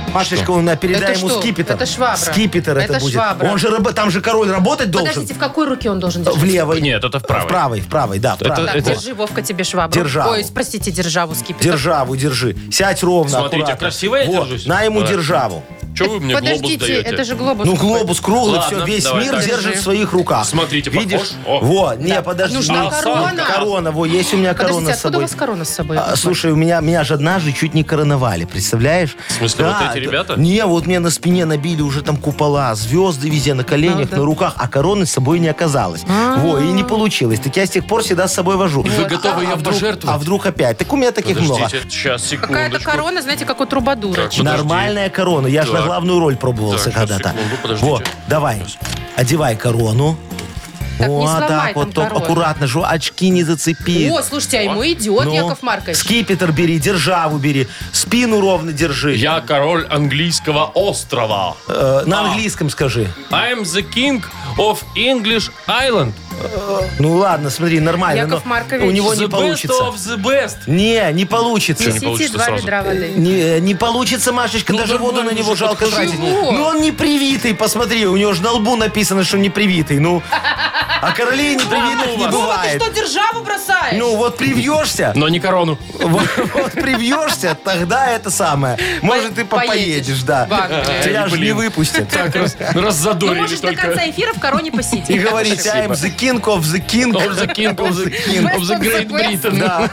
Speaker 4: Машечка, он, передай
Speaker 3: Это
Speaker 4: ему
Speaker 3: что?
Speaker 4: скипетр.
Speaker 3: Это швабра.
Speaker 4: Скипетр это,
Speaker 3: Это
Speaker 4: будет.
Speaker 3: швабра.
Speaker 4: Он же, рабо- там же король работать должен.
Speaker 3: Подождите, в какой руке он должен держать?
Speaker 4: В левой.
Speaker 2: Нет, это в правой.
Speaker 4: В правой, в правой, да, в
Speaker 2: Это-
Speaker 4: правой.
Speaker 3: Так,
Speaker 2: это-
Speaker 3: держи, Вовка, тебе швабру.
Speaker 4: Державу.
Speaker 3: Ой, простите, державу скипетр.
Speaker 4: Державу держи. Сядь ровно,
Speaker 2: Смотрите,
Speaker 4: аккуратно.
Speaker 2: красиво я
Speaker 4: Вот,
Speaker 2: держусь?
Speaker 4: на ему
Speaker 2: Давай.
Speaker 4: державу.
Speaker 2: Что вы мне глобус
Speaker 3: Подождите,
Speaker 2: даете?
Speaker 3: это же глобус.
Speaker 4: Ну,
Speaker 3: какой.
Speaker 4: глобус круглый,
Speaker 2: Ладно,
Speaker 4: все, весь
Speaker 2: давай
Speaker 4: мир
Speaker 2: так.
Speaker 4: держит
Speaker 3: Держи.
Speaker 4: в своих руках.
Speaker 2: Смотрите,
Speaker 4: видишь?
Speaker 2: похож? О.
Speaker 4: Во, не, подожди.
Speaker 3: Нужна
Speaker 4: Ну,
Speaker 3: корона.
Speaker 4: Корона, во, есть у меня корона
Speaker 3: Подождите,
Speaker 4: с
Speaker 3: откуда у
Speaker 4: собой.
Speaker 3: вас корона с собой?
Speaker 4: А, слушай, у меня, меня же однажды чуть не короновали, представляешь?
Speaker 2: В смысле, вот эти
Speaker 4: да.
Speaker 2: ребята?
Speaker 4: Не, вот мне на спине набили уже там купола, звезды везде на коленях,
Speaker 3: Правда?
Speaker 4: на руках, а короны с собой не оказалось. Во, и не получилось. Так я с тех пор всегда с собой вожу.
Speaker 2: Вы готовы
Speaker 4: а
Speaker 2: ее
Speaker 4: вдруг,
Speaker 2: пожертвовать?
Speaker 4: а вдруг опять? Так у меня таких много.
Speaker 2: Подождите, сейчас, секундочку.
Speaker 3: Какая-то корона, знаете, как у трубадура.
Speaker 2: Так, подожди.
Speaker 4: Нормальная корона. Я же на
Speaker 2: Так.
Speaker 4: главную роль пробовался
Speaker 2: Так, сейчас,
Speaker 4: когда-то.
Speaker 2: секунду, подождите.
Speaker 4: Во, давай. Одевай корону.
Speaker 3: Так, не
Speaker 4: Вот
Speaker 3: сломай
Speaker 4: так
Speaker 3: там
Speaker 4: вот, топ,
Speaker 3: корону.
Speaker 4: аккуратно, же очки не зацепи.
Speaker 3: О, слушайте, а ему идет,
Speaker 4: Ну,
Speaker 3: Яков Маркович.
Speaker 4: Скипетр бери, державу бери, спину ровно держи.
Speaker 2: Я король английского острова.
Speaker 4: Э, на английском скажи.
Speaker 2: I'm the king of English Island.
Speaker 4: Ну ладно, смотри, нормально.
Speaker 3: Яков
Speaker 4: но
Speaker 3: Маркович.
Speaker 4: У него
Speaker 2: The
Speaker 4: не
Speaker 2: best
Speaker 4: получится.
Speaker 2: of the best.
Speaker 4: Не, не получится.
Speaker 2: не
Speaker 3: Несите
Speaker 2: получится
Speaker 3: два
Speaker 2: сразу?
Speaker 3: ведра воды.
Speaker 4: Не, не получится, Машечка,
Speaker 2: Ну,
Speaker 4: даже воду на
Speaker 2: нормально
Speaker 4: него
Speaker 2: же,
Speaker 4: жалко
Speaker 2: так
Speaker 4: тратить.
Speaker 3: чего?
Speaker 4: Ну он не привитый, посмотри, у него же на лбу написано, что не привитый. Ну, а королей непривитых не
Speaker 2: вас.
Speaker 4: бывает.
Speaker 3: державу бросаешь?
Speaker 4: Ну вот привьешься,
Speaker 2: Но не корону.
Speaker 4: вот, вот привьешься, тогда это самое. Может, ты по-
Speaker 3: поедешь
Speaker 4: поедешь, да.
Speaker 3: в Англию.
Speaker 4: Тебя же не
Speaker 2: Блин.
Speaker 4: выпустят.
Speaker 2: Так, раз,
Speaker 3: Ну,
Speaker 2: раззадорили
Speaker 3: можешь до
Speaker 2: только.
Speaker 3: конца эфира в короне посидеть.
Speaker 4: И говорить, I'm the king of the king.
Speaker 2: Of the king of the, of the Great Britain.
Speaker 4: Да.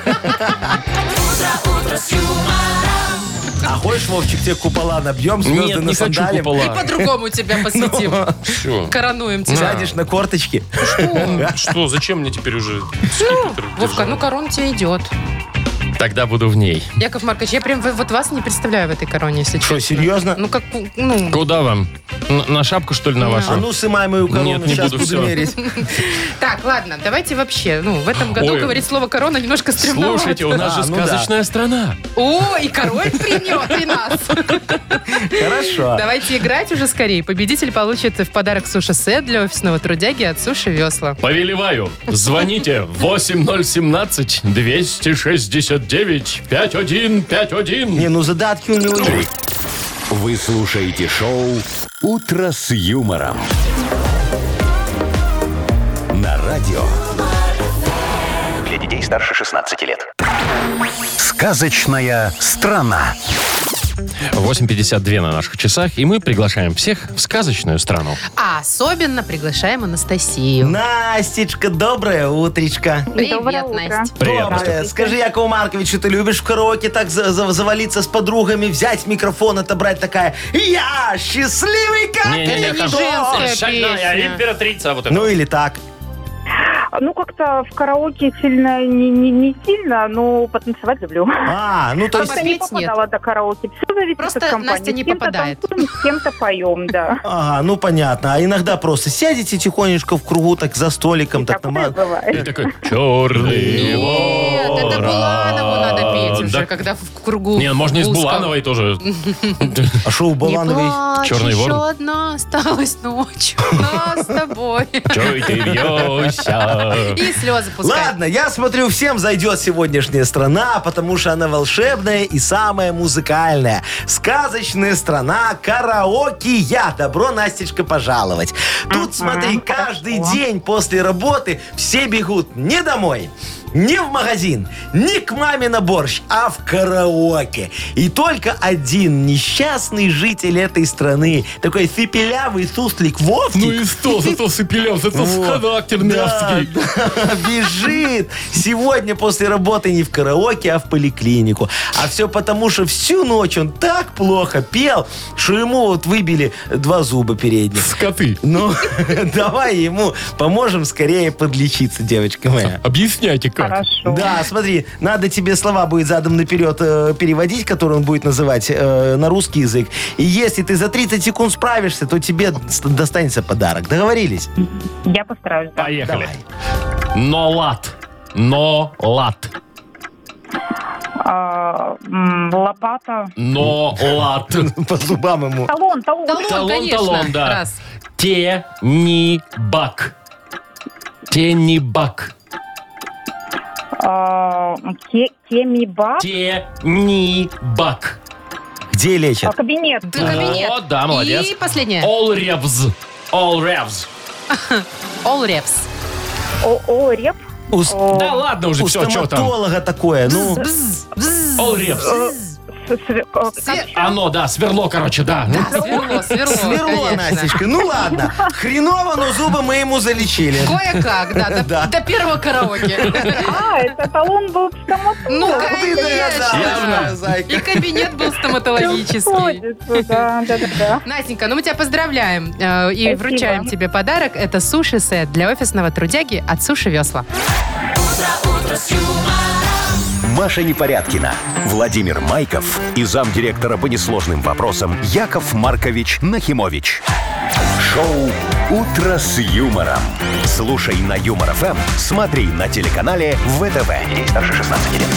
Speaker 4: А хочешь, Вовчик, тебе купола набьем, звезды
Speaker 2: Нет,
Speaker 4: на
Speaker 2: не хочу
Speaker 4: сандале?
Speaker 2: купола.
Speaker 3: По-другому тебя посвятим.
Speaker 2: Всё.
Speaker 3: Коронуем тебя.
Speaker 4: Сядешь на корточки.
Speaker 2: Что, зачем мне теперь уже скипетр
Speaker 3: Вовка,
Speaker 2: держать?
Speaker 3: ну корона тебе идет.
Speaker 2: Тогда буду в ней.
Speaker 3: Яков Маркович, я прям в- вот вас не представляю в этой короне, если
Speaker 4: Что,
Speaker 3: честно.
Speaker 4: серьезно?
Speaker 3: Ну, как, ну...
Speaker 2: Куда вам? Н- На шапку, что ли, на вашу?
Speaker 4: А ну, сымай мою корону,
Speaker 2: Нет, не
Speaker 4: сейчас
Speaker 2: буду,
Speaker 4: буду
Speaker 2: всё.
Speaker 4: мерить.
Speaker 3: Так, ладно, давайте вообще, ну, в этом году
Speaker 2: Ой.
Speaker 3: говорить слово корона немножко стремновато.
Speaker 2: Слушайте, у нас
Speaker 4: А,
Speaker 2: же
Speaker 4: ну да.
Speaker 2: сказочная страна.
Speaker 3: О, и король примет при нас.
Speaker 4: Хорошо.
Speaker 3: Давайте играть уже скорее. Победитель получит в подарок суши-сет для офисного трудяги от Суши Весла.
Speaker 2: Повелеваю, звоните восемь ноль семнадцать двести шестьдесят девять пятьдесят один пятьдесят один.
Speaker 4: Не, ну задатки у него есть.
Speaker 1: Вы слушаете шоу «Утро с юмором». На радио. Для детей старше шестнадцати лет. Сказочная страна.
Speaker 2: восемь пятьдесят два на наших часах, и мы приглашаем всех в сказочную страну.
Speaker 3: А особенно приглашаем Анастасию.
Speaker 4: Настечка, доброе утречко.
Speaker 3: Привет,
Speaker 6: Доброе утро.
Speaker 3: Настя.
Speaker 2: Привет,
Speaker 4: Доброе. Скажи, Якову Марковичу, ты любишь в караоке так за- за- завалиться с подругами, взять микрофон, отобрать такая «Я счастливый как
Speaker 2: Не-не-не,
Speaker 4: никто».
Speaker 2: там
Speaker 3: женская
Speaker 2: шальная
Speaker 3: песня.
Speaker 2: императрица. Вот это.
Speaker 4: Ну или так.
Speaker 6: Ну, как-то в караоке сильно, не, не, не сильно, но потанцевать люблю.
Speaker 4: А, ну то есть...
Speaker 6: Просто не
Speaker 3: Поспеть нет.
Speaker 6: попадала до караоке. Все зависит
Speaker 3: Просто
Speaker 6: от компании.
Speaker 3: Настя не
Speaker 6: С кем-то
Speaker 3: попадает.
Speaker 6: танцуем, с кем-то поем, да.
Speaker 4: Ага, ну понятно. А иногда просто сядете тихонечко в кругу, так за столиком, так
Speaker 6: Такое
Speaker 4: нормально.
Speaker 2: И
Speaker 6: бывает.
Speaker 2: такой черный
Speaker 3: Нет, это
Speaker 2: ворон.
Speaker 3: Буланову надо петь уже,
Speaker 2: Да.
Speaker 3: когда в кругу.
Speaker 2: Не, можно и с
Speaker 3: узком.
Speaker 2: Булановой тоже.
Speaker 4: А что у
Speaker 3: Не
Speaker 4: Балановой?
Speaker 3: плачь,
Speaker 2: Черный
Speaker 3: еще
Speaker 2: ворон.
Speaker 3: одна осталась ночь у нас с тобой.
Speaker 2: Чой ты вьешься?
Speaker 3: И слезы пускай.
Speaker 4: Ладно, я смотрю, всем зайдет сегодняшняя страна, потому что она волшебная и самая музыкальная. Сказочная страна караоке. Я. Добро, Настечка, пожаловать. Тут, смотри, каждый день после работы все бегут не домой, не в магазин, не к маме на борщ, а в караоке. И только один несчастный житель этой страны, такой фипелявый суслик Вовчик,
Speaker 2: Ну и что, зато сыпелев, зато
Speaker 4: Вот.
Speaker 2: характерный
Speaker 4: Да,
Speaker 2: авский.
Speaker 4: да, бежит сегодня после работы не в караоке, а в поликлинику. А все потому, что всю ночь он так плохо пел, что ему вот выбили два зуба передних.
Speaker 2: Скоты.
Speaker 4: Ну, давай ему поможем скорее подлечиться, девочка моя.
Speaker 2: Объясняйте как.
Speaker 6: Хорошо.
Speaker 4: Да, смотри, надо тебе слова будет задом наперед э, переводить, которые он будет называть э, на русский язык. И если ты за тридцать секунд справишься, то тебе с- достанется подарок. Договорились?
Speaker 6: Я постараюсь, да.
Speaker 2: Поехали. Нолат. Нолат.
Speaker 6: А, м, лопата.
Speaker 2: Нолат.
Speaker 4: По зубам ему.
Speaker 6: Талон, талон.
Speaker 3: Талон,
Speaker 2: Талон,
Speaker 3: конечно.
Speaker 2: талон, да.
Speaker 3: Раз.
Speaker 2: Тенибак. Тенибак.
Speaker 6: А, ке- кемиба.
Speaker 2: Тенибак.
Speaker 4: Где
Speaker 6: А,
Speaker 4: лечат?
Speaker 6: кабинет.
Speaker 3: Ты кабинет.
Speaker 2: О, да, молодец.
Speaker 3: И последнее.
Speaker 2: All Revs. All Revs.
Speaker 3: All Reps.
Speaker 6: О, о, реп.
Speaker 4: У, с-
Speaker 2: Да ладно уже,
Speaker 4: у
Speaker 2: все, что там.
Speaker 4: стоматолога такое, ну...
Speaker 3: Бзз, бзз.
Speaker 2: All Revs.
Speaker 6: С- с- а,
Speaker 3: Све-
Speaker 2: Оно, да, сверло, короче, да. Ну,
Speaker 3: Сверло, сверло,
Speaker 4: Сверло,
Speaker 3: конечно.
Speaker 4: Настечка. Ну ладно. Хреново, но зубы мы ему залечили.
Speaker 3: Кое-как, да, до,
Speaker 4: Да.
Speaker 3: до первого караоке.
Speaker 6: А, это талон был к стоматологу.
Speaker 3: Ну,
Speaker 4: Ты догадалась,
Speaker 3: конечно.
Speaker 4: зайка.
Speaker 3: И кабинет был стоматологический.
Speaker 6: Сходится, да, да, да, да.
Speaker 3: Настенька, ну мы тебя поздравляем э, и
Speaker 6: Спасибо.
Speaker 3: вручаем тебе подарок. Это суши-сет для офисного трудяги от Суши Весла.
Speaker 1: Маша Непорядкина, Владимир Майков и замдиректора по несложным вопросам Яков Маркович Нахимович. Шоу «Утро с юмором». Слушай на Юмор ФМ, смотри на телеканале ВТВ. Ей старше шестнадцати лет.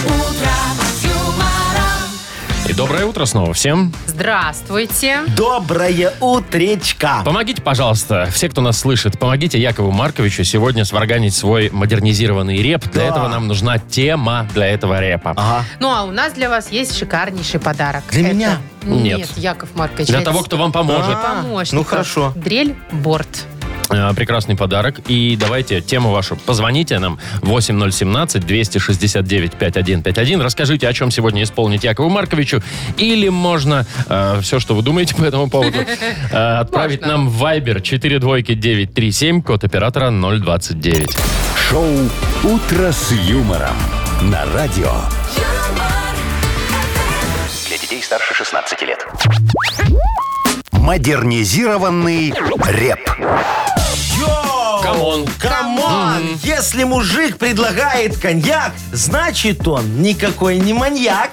Speaker 2: И доброе утро снова всем.
Speaker 3: Здравствуйте.
Speaker 4: Доброе утречка.
Speaker 2: Помогите, пожалуйста, все, кто нас слышит, помогите Якову Марковичу сегодня сварганить свой модернизированный реп. Для
Speaker 4: Да.
Speaker 2: этого нам нужна тема для этого репа.
Speaker 4: Ага.
Speaker 3: Ну, а у нас для вас есть шикарнейший подарок.
Speaker 4: Для
Speaker 3: Это-
Speaker 4: меня?
Speaker 2: Нет.
Speaker 3: Нет, Яков Маркович.
Speaker 2: Для
Speaker 3: это
Speaker 2: того, кто вам поможет.
Speaker 4: А,
Speaker 3: помощников.
Speaker 4: ну, хорошо.
Speaker 3: Дрель Борт.
Speaker 2: Э, Прекрасный подарок. И давайте тему вашу. Позвоните нам восемь ноль семнадцать двести шестьдесят девять пятьдесят один пятьдесят один. Расскажите, о чем сегодня исполнить Якову Марковичу. Или можно э, все, что вы думаете по этому поводу, э, отправить
Speaker 3: Можно.
Speaker 2: нам в Viber четыре двойки девять три семь, код оператора ноль двадцать девять.
Speaker 1: Шоу «Утро с юмором» на радио. Для детей старше шестнадцати лет. Модернизированный реп.
Speaker 4: Йоу!
Speaker 2: Камон.
Speaker 4: Камон! Если мужик предлагает коньяк, значит он никакой не маньяк.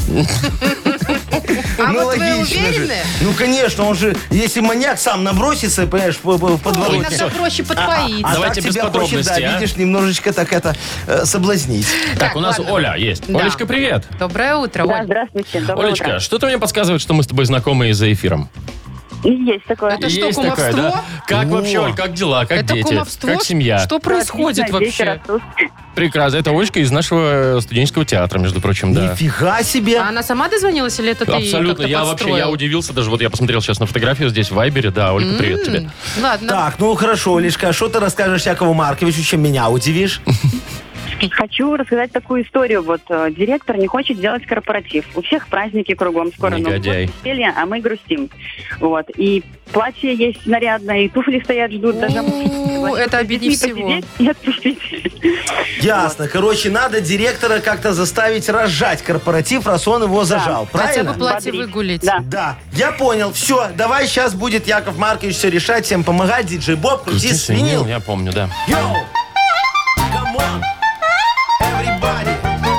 Speaker 3: А
Speaker 4: Ну,
Speaker 3: вот вы
Speaker 4: логично же.
Speaker 3: уверены?
Speaker 4: Ну, конечно, он же, если маньяк сам набросится, понимаешь, в, в- в
Speaker 3: Ну,
Speaker 4: подворотне.
Speaker 3: иногда проще подпоить.
Speaker 4: А
Speaker 2: Давайте
Speaker 4: так
Speaker 2: без
Speaker 4: тебя хочет,
Speaker 2: подробностей,
Speaker 4: да,
Speaker 2: а?
Speaker 4: видишь, немножечко так это э, соблазнить.
Speaker 2: Так, у нас
Speaker 3: ладно.
Speaker 2: Оля есть.
Speaker 3: Да.
Speaker 2: Олечка, привет.
Speaker 3: Доброе утро,
Speaker 6: Да,
Speaker 3: Оль.
Speaker 6: здравствуйте. Доброе
Speaker 2: Олечка,
Speaker 6: утро.
Speaker 2: что-то мне подсказывает, что мы с тобой знакомы и за эфиром.
Speaker 6: Есть такое.
Speaker 3: Это что,
Speaker 2: Есть
Speaker 3: кумовство?
Speaker 2: такое, да? Как
Speaker 4: Во.
Speaker 2: вообще, Оль, как дела, как
Speaker 3: Это
Speaker 2: дети,
Speaker 3: кумовство?
Speaker 2: как семья?
Speaker 3: Что происходит
Speaker 6: Отлично, дети
Speaker 3: вообще?
Speaker 6: растут.
Speaker 2: Прекрасно. Это Олечка из нашего студенческого театра, между прочим, да.
Speaker 4: Нифига себе.
Speaker 3: А она сама дозвонилась или это ты
Speaker 2: Абсолютно.
Speaker 3: как-то
Speaker 2: Я вообще,
Speaker 3: подстроил?
Speaker 2: я удивился даже. Вот я посмотрел сейчас на фотографию здесь в Вайбере. Да, Ольга, привет тебе.
Speaker 3: М, Ладно.
Speaker 4: Так, ну хорошо, Олечка, а что ты расскажешь Якову Марковичу, чем меня удивишь?
Speaker 7: Хочу рассказать такую историю. Вот э, директор не хочет делать корпоратив. У всех праздники кругом. Скоро Новый
Speaker 2: Негодяй.
Speaker 7: год, веселье, а мы грустим. Вот. И платье есть нарядное, и туфли стоят, ждут. Даже
Speaker 3: У, это обиднее всего.
Speaker 7: И отпустить.
Speaker 4: Ясно. Короче, надо директора как-то заставить разжать корпоратив, раз он его зажал.
Speaker 3: Хотя
Speaker 4: Правильно?
Speaker 3: бы платье
Speaker 7: Бодрить.
Speaker 3: выгулить.
Speaker 7: Да.
Speaker 4: Да, я понял. Все, давай сейчас будет Яков Маркович все решать, всем помогать. Диджей Боб, крути
Speaker 2: Крути
Speaker 4: свинил.
Speaker 2: свинил, я помню, да.
Speaker 4: Йоу! Come on! Everybody!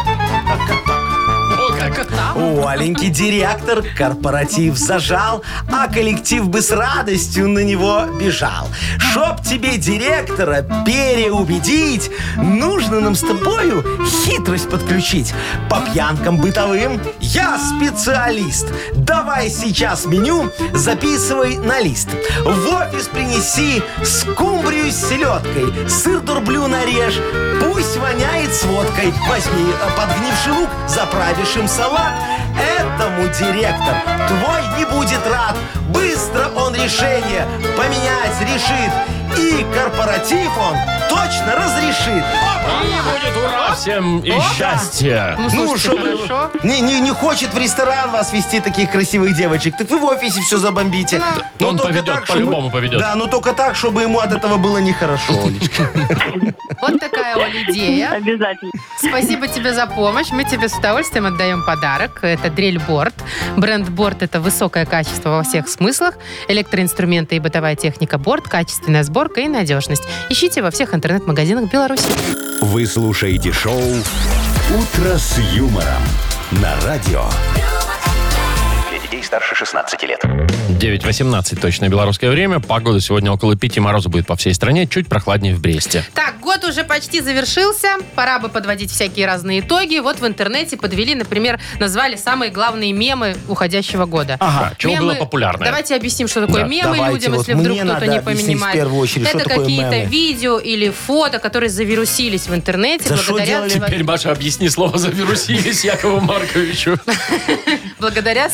Speaker 2: О, как
Speaker 4: Оленький директор корпоратив зажал, а коллектив бы с радостью на него бежал. Чтоб тебе директора переубедить, нужно нам с тобою хитрость подключить. По пьянкам бытовым я специалист. Давай сейчас меню записывай на лист. В офис принеси скумбрию с селедкой, сыр дурблю нарежь, пусть воняет с водкой. Возьми э, подгнивший лук, заправишь им салат. Этому директор твой не будет рад. Быстро он решение поменять решит. И корпоратив он точно разрешит. Опа!
Speaker 2: И будет ура всем и счастья.
Speaker 3: Ну,
Speaker 4: Ну,
Speaker 3: слушайте,
Speaker 4: чтобы
Speaker 3: хорошо.
Speaker 4: не, не, не хочет в ресторан вас вести таких красивых девочек, так вы в офисе все забомбите.
Speaker 2: Ну, он
Speaker 4: только
Speaker 2: поведет,
Speaker 4: так, чтобы-
Speaker 2: по-любому поведет.
Speaker 4: Да, но только так, чтобы ему от этого было нехорошо, Олечка.
Speaker 3: Вот такая, Оль, идея.
Speaker 7: Обязательно.
Speaker 3: Спасибо тебе за помощь. Мы тебе с удовольствием отдаем подарок. Это дрель Борт. Бренд Борт – это высокое качество во всех смыслах. Электроинструменты и бытовая техника Борт, качественная сборка и надежность. Ищите во всех интернет-магазинах Беларуси.
Speaker 1: Вы слушаете шоу «Утро с юмором» на радио. Для детей старше шестнадцати лет.
Speaker 2: девять восемнадцать точное белорусское время. Погода сегодня около пяти, мороза будет по всей стране. Чуть прохладнее в Бресте.
Speaker 3: Так, год уже почти завершился. Пора бы подводить всякие разные итоги. Вот в интернете подвели, например, назвали самые главные мемы уходящего года.
Speaker 4: Ага.
Speaker 2: Чего было популярное?
Speaker 3: Давайте объясним, что такое
Speaker 2: Да.
Speaker 3: мемы
Speaker 4: Давайте,
Speaker 3: людям,
Speaker 4: вот
Speaker 3: если вдруг
Speaker 4: мне
Speaker 3: кто-то
Speaker 4: надо
Speaker 3: не
Speaker 4: объяснить
Speaker 3: понимает.
Speaker 4: в первую очередь, что
Speaker 3: Это
Speaker 4: такое
Speaker 3: какие-то
Speaker 4: мемы.
Speaker 3: видео или фото, которые завирусились в интернете
Speaker 4: За что
Speaker 3: благодаря,
Speaker 4: делали?
Speaker 2: Теперь, Маша, объясни слово «завирусились» Якову Марковичу.
Speaker 3: благодаря своим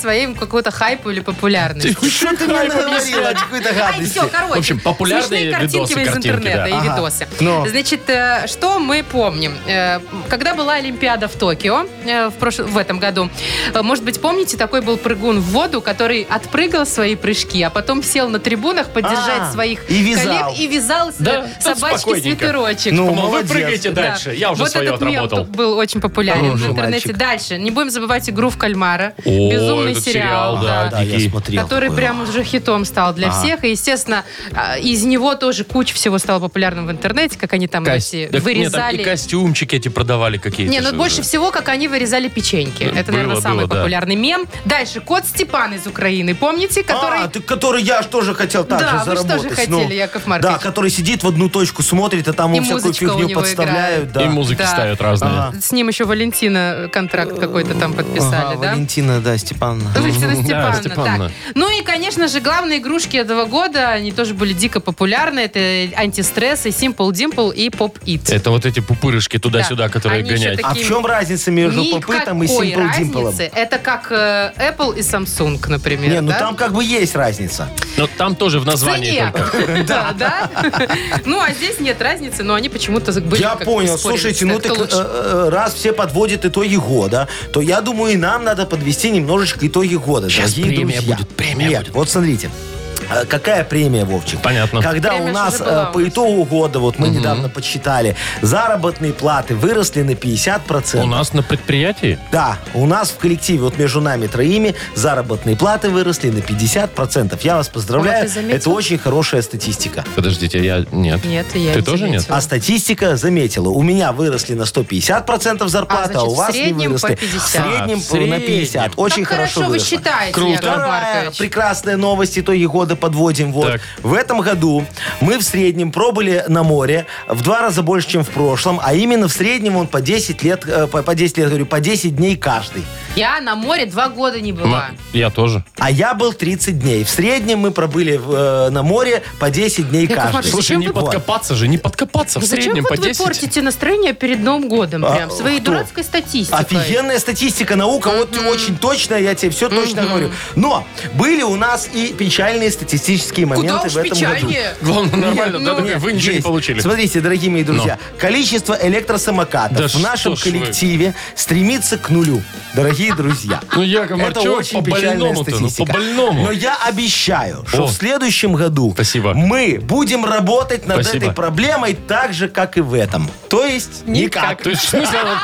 Speaker 3: какого-то хайпа или популярности.
Speaker 4: Что ты мне наговорила? Какой-то
Speaker 3: Ай,
Speaker 4: гадости.
Speaker 3: все, короче.
Speaker 2: В общем, популярные
Speaker 3: смешные картинки
Speaker 2: видосы,
Speaker 3: из
Speaker 2: картинки,
Speaker 3: интернета
Speaker 2: да.
Speaker 3: и
Speaker 4: Ага.
Speaker 3: видосы.
Speaker 4: Ну.
Speaker 3: Значит, э, что мы помним? Э, Когда была Олимпиада в Токио э, в, прош... в этом году, э, может быть, помните, такой был прыгун в воду, который отпрыгал свои прыжки, а потом сел на трибунах поддержать
Speaker 4: А,
Speaker 3: своих
Speaker 4: и вязал.
Speaker 3: коллег и вязал с-
Speaker 2: Да, тут
Speaker 3: собачки
Speaker 2: спокойненько.
Speaker 3: свитерочек.
Speaker 4: Ну,
Speaker 2: Мол, вы
Speaker 4: молодец.
Speaker 2: прыгайте
Speaker 3: Да.
Speaker 2: дальше. Я уже
Speaker 3: вот
Speaker 2: свое
Speaker 3: этот мем
Speaker 2: отработал.
Speaker 3: тут был очень популярен
Speaker 4: Хороший
Speaker 3: в интернете.
Speaker 4: мальчик.
Speaker 3: Дальше. Не будем забывать игру в кальмара.
Speaker 2: О,
Speaker 3: Безумный
Speaker 2: этот
Speaker 3: сериал.
Speaker 2: сериал, да,
Speaker 4: Да, я
Speaker 2: дикий.
Speaker 4: смотрел.
Speaker 3: Который
Speaker 4: такой.
Speaker 3: прям уже хитом стал для
Speaker 4: Ага.
Speaker 3: всех. И, естественно, а, из него тоже куча всего стало популярным в интернете, как они там
Speaker 2: Кос-
Speaker 3: эти
Speaker 2: Так нет, там
Speaker 3: вырезали.
Speaker 2: и костюмчики эти продавали какие-то.
Speaker 3: Не, ну
Speaker 2: же.
Speaker 3: больше всего, как они вырезали печеньки. Это,
Speaker 2: Было,
Speaker 3: наверное, самый
Speaker 2: было, да.
Speaker 3: популярный мем. Дальше, кот Степан из Украины. Помните? Который...
Speaker 4: А, ты, который я ж тоже хотел так
Speaker 3: Да,
Speaker 4: же
Speaker 3: вы ж
Speaker 4: заработать.
Speaker 3: тоже хотели, Яков
Speaker 4: Да,
Speaker 3: Маркович.
Speaker 4: который сидит в одну точку, смотрит, а там
Speaker 3: И
Speaker 4: ему всякую
Speaker 3: музычка у
Speaker 4: фигню
Speaker 3: него
Speaker 4: подставляют. Да.
Speaker 2: И музыки
Speaker 3: Да.
Speaker 2: ставят разные.
Speaker 4: Ага.
Speaker 3: С ним еще Валентина контракт какой-то там подписали,
Speaker 4: Ага,
Speaker 3: да?
Speaker 4: Валентина, да, Степановна.
Speaker 3: Валентина
Speaker 2: Да,
Speaker 3: Степановна.
Speaker 2: Степановна.
Speaker 3: Так. Ну и, конечно же, главные игрушки этого года, они тоже были дико популярны. Это антистресс, и Simple Dimple, и Pop It.
Speaker 2: Это вот эти пупырышки туда-сюда,
Speaker 3: Да.
Speaker 2: которые
Speaker 3: Они еще
Speaker 2: гонять.
Speaker 3: такие-
Speaker 4: А в чем разница между попытом и
Speaker 3: Никакой
Speaker 4: Simple Dimple?
Speaker 3: разницы. Это как э, Apple и Samsung, например.
Speaker 4: Не, ну
Speaker 3: да?
Speaker 4: там как бы есть разница.
Speaker 2: Но там тоже в названии
Speaker 3: Цене.
Speaker 2: только.
Speaker 3: Да, да. Ну, а здесь нет разницы, но они почему-то были
Speaker 4: Я
Speaker 3: как бы
Speaker 4: понял.
Speaker 3: спорили,
Speaker 4: Слушайте, ну
Speaker 3: кто
Speaker 4: так
Speaker 3: лучше.
Speaker 4: э, э, раз все подводят итоги года, то я думаю, и нам надо подвести немножечко итоги года.
Speaker 2: Щас
Speaker 4: дорогие
Speaker 2: премия
Speaker 4: друзья.
Speaker 2: будет, премия
Speaker 4: Нет,
Speaker 2: будет.
Speaker 4: вот смотрите. Э, Какая премия, Вовчик?
Speaker 2: Понятно.
Speaker 4: Когда
Speaker 3: Премия
Speaker 4: у
Speaker 3: же
Speaker 4: нас
Speaker 3: уже была
Speaker 4: э,
Speaker 3: у
Speaker 4: по
Speaker 3: нас.
Speaker 4: итогу года, вот мы недавно подсчитали, заработные платы выросли на пятьдесят процентов.
Speaker 2: У нас на предприятии?
Speaker 4: Да, у нас в коллективе, вот между нами троими, заработные платы выросли на пятьдесят процентов. Я вас поздравляю.
Speaker 3: Ой, ты заметил?
Speaker 4: Это очень хорошая статистика.
Speaker 2: Подождите, я... Нет.
Speaker 3: Нет, я
Speaker 2: Ты
Speaker 3: не
Speaker 2: тоже нет?
Speaker 3: заметила.
Speaker 4: А статистика заметила, у меня выросли на сто пятьдесят процентов зарплаты, а,
Speaker 3: А, значит,
Speaker 4: у вас
Speaker 3: в среднем
Speaker 4: не выросли.
Speaker 3: по пятьдесят.
Speaker 4: В среднем
Speaker 2: А, в
Speaker 4: по- на
Speaker 2: среднем.
Speaker 4: пятьдесят. Очень
Speaker 3: Как
Speaker 4: хорошо
Speaker 3: хорошо вы
Speaker 4: выросло.
Speaker 3: считаете,
Speaker 2: Круто.
Speaker 3: Яков
Speaker 4: Вторая
Speaker 3: Маркович.
Speaker 4: прекрасная новость, итоги года подводим. Вот.
Speaker 2: Так.
Speaker 4: В этом году мы в среднем пробыли на море в два раза больше, чем в прошлом, а именно в среднем он по десять лет, э, по, по десять лет, говорю, по десять дней каждый.
Speaker 3: Я на море два года не была.
Speaker 2: М- Я тоже.
Speaker 4: А я был тридцать дней. В среднем мы пробыли в, э, на море по десять дней
Speaker 3: Яков
Speaker 4: каждый.
Speaker 3: Маркович,
Speaker 2: Слушай,
Speaker 3: зачем
Speaker 2: не
Speaker 3: вы-
Speaker 2: подкопаться же, не подкопаться. В
Speaker 3: Зачем
Speaker 2: среднем
Speaker 3: вот
Speaker 2: по
Speaker 3: вы
Speaker 2: десять.
Speaker 3: портите настроение перед Новым годом?
Speaker 4: А,
Speaker 3: Прям своей
Speaker 4: кто?
Speaker 3: дурацкой статистикой.
Speaker 4: Офигенная статистика, наука, вот очень точная, я тебе все точно говорю. Но были у нас и печальные статистические моменты
Speaker 3: Куда уж
Speaker 4: в этом году.
Speaker 3: печальнее.
Speaker 2: Главное, нормально.
Speaker 3: ну,
Speaker 2: да, такое, вы ничего не
Speaker 4: Есть.
Speaker 2: получили.
Speaker 4: Смотрите, дорогие мои друзья, количество электросамокатов
Speaker 2: Да
Speaker 4: в нашем
Speaker 2: что ж вы.
Speaker 4: коллективе стремится к нулю, дорогие друзья.
Speaker 2: Ну, Яков
Speaker 4: Это
Speaker 2: Маркович,
Speaker 4: очень печальная
Speaker 2: по-больному-то, ну,
Speaker 4: статистика.
Speaker 2: по-больному.
Speaker 4: Но я обещаю, что
Speaker 2: О.
Speaker 4: в следующем году
Speaker 2: Спасибо.
Speaker 4: мы будем работать над
Speaker 2: Спасибо.
Speaker 4: этой проблемой так же, как и в этом. То есть никак.
Speaker 2: То есть, в смысле, она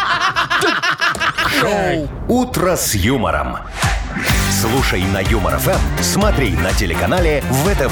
Speaker 1: Шоу «Утро с юмором». Слушай на Юмор ФМ, смотри на телеканале ВТВ.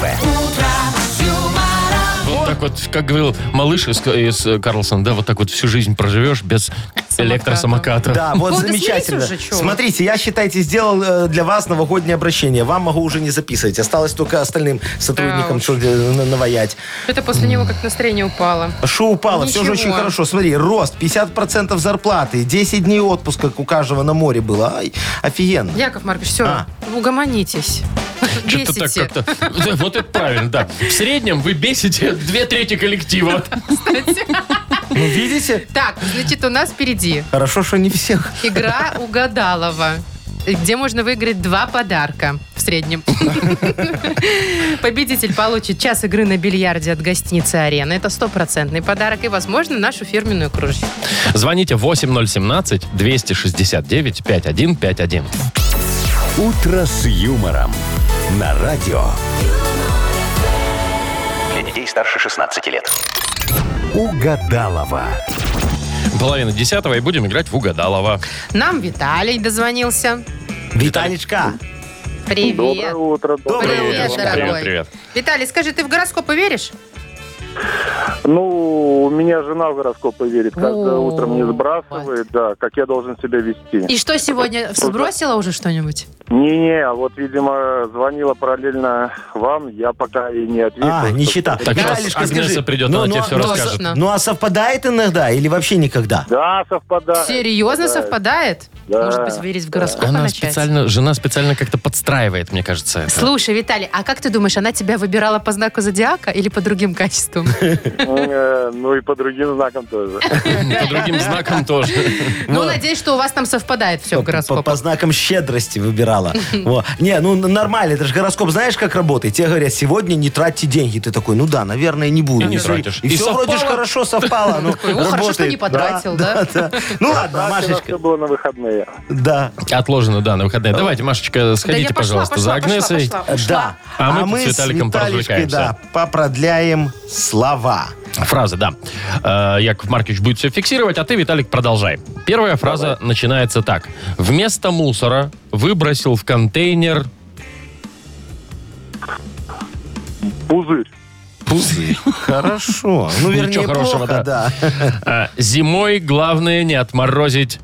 Speaker 2: вот так вот, как говорил малыш из, из э, Карлсон, да, вот так вот всю жизнь проживешь без электросамоката.
Speaker 4: Да, вот
Speaker 3: Вов, да
Speaker 4: замечательно.
Speaker 3: смирись уже, чё?
Speaker 4: Смотрите, я, считайте, сделал э, для вас новогоднее обращение. Вам могу уже не записывать. Осталось только остальным сотрудникам
Speaker 3: Да уж.
Speaker 4: что-то на- наваять.
Speaker 3: Это после него как настроение упало.
Speaker 4: Шо упало? Все же
Speaker 3: Ничего.
Speaker 4: очень хорошо. Смотри, рост, пятьдесят процентов зарплаты, десять дней отпуска, как у каждого на море было. Ай, офигенно.
Speaker 3: Яков Маркович, все,
Speaker 4: А.
Speaker 3: угомонитесь.
Speaker 2: Что-то так
Speaker 3: Бесите.
Speaker 2: как-то... Да, Вот это правильно, да. В среднем вы бесите две трети коллектива.
Speaker 4: Ну, видите?
Speaker 3: Так, значит, у нас впереди
Speaker 4: Хорошо, что не всех.
Speaker 3: игра «Угадалова», где можно выиграть два подарка в среднем. Победитель получит час игры на бильярде от гостиницы «Арена». Это стопроцентный подарок и, возможно, нашу фирменную кружечку.
Speaker 2: Звоните восемь ноль семнадцать двести шестьдесят девять пятьдесят один пятьдесят один.
Speaker 1: «Утро с юмором» на радио.
Speaker 8: Для детей старше шестнадцати лет.
Speaker 1: Угадалова.
Speaker 2: Половина десятого и будем играть в Угадалова.
Speaker 3: Нам Виталий дозвонился.
Speaker 4: Виталичка.
Speaker 3: Привет.
Speaker 5: Доброе утро.
Speaker 4: Доброе
Speaker 3: Привет,
Speaker 4: утро.
Speaker 3: дорогой.
Speaker 2: Привет, привет.
Speaker 3: Виталий, скажи, ты в гороскопы веришь?
Speaker 5: Ну, у меня жена в гороскопы верит. Каждое
Speaker 3: О,
Speaker 5: утро мне сбрасывает, да, как я должен себя вести.
Speaker 3: И что сегодня, сбросила уже что-нибудь?
Speaker 5: Не-не, а вот, видимо, звонила параллельно вам, я пока и не ответил.
Speaker 4: А, не читал.
Speaker 2: Так сейчас
Speaker 4: Виталичка,
Speaker 2: Агнеса
Speaker 4: скажи,
Speaker 2: придет,
Speaker 4: ну,
Speaker 2: она
Speaker 4: ну,
Speaker 2: тебе все
Speaker 4: ну,
Speaker 2: расскажет.
Speaker 3: Точно.
Speaker 4: Ну, а совпадает иногда или вообще никогда?
Speaker 5: Да, совпадает.
Speaker 3: Серьезно
Speaker 5: совпадает.
Speaker 3: совпадает?
Speaker 5: Да,
Speaker 3: Может быть, верить в гороскопы
Speaker 2: Она
Speaker 3: начать?
Speaker 2: специально, жена специально как-то подстраивает, мне кажется. это.
Speaker 3: Слушай, Виталий, а как ты думаешь, она тебя выбирала по знаку зодиака или по другим качествам?
Speaker 5: Э, Ну и по другим знакам тоже.
Speaker 2: По другим знакам тоже.
Speaker 3: Ну, надеюсь, что у вас там совпадает все в
Speaker 4: По, по-
Speaker 3: гороскопе.
Speaker 4: по знакам щедрости выбирала. сказала. Вот. Не, ну нормально, это же гороскоп, знаешь, как работает? Тебе говорят, сегодня не тратьте деньги. Ты такой, ну да, наверное, не буду.
Speaker 2: И не тратишь.
Speaker 4: И,
Speaker 2: И
Speaker 4: все вроде же
Speaker 2: совпало.
Speaker 4: хорошо совпало. Ну,
Speaker 3: Такой, «О, хорошо,
Speaker 4: работает.
Speaker 3: что не потратил, да?»
Speaker 4: Ну ладно,
Speaker 5: Так, у нас
Speaker 4: Машечка.
Speaker 5: все было на выходные.
Speaker 4: Да.
Speaker 2: Отложено, да, на выходные. Давайте, Машечка, сходите,
Speaker 3: я пошла,
Speaker 2: пожалуйста,
Speaker 3: пошла,
Speaker 2: за Агнесой.
Speaker 3: пошла, пошла, ушла.
Speaker 4: Да.
Speaker 2: А мы тут с
Speaker 4: с
Speaker 2: Виталиком
Speaker 4: Виталичкой,
Speaker 2: поразвлекаемся.
Speaker 4: да, попродляем слова.
Speaker 2: Фраза, да. Э, Яков Маркович будет все фиксировать, а ты, Виталик, продолжай. Первая фраза начинается так. Вместо мусора выбросил в контейнер...
Speaker 5: Пузырь.
Speaker 4: Пузырь. Хорошо. Ну, вернее,
Speaker 2: Ничего хорошего,
Speaker 4: плохо,
Speaker 2: да.
Speaker 4: да.
Speaker 2: э, Зимой главное не отморозить...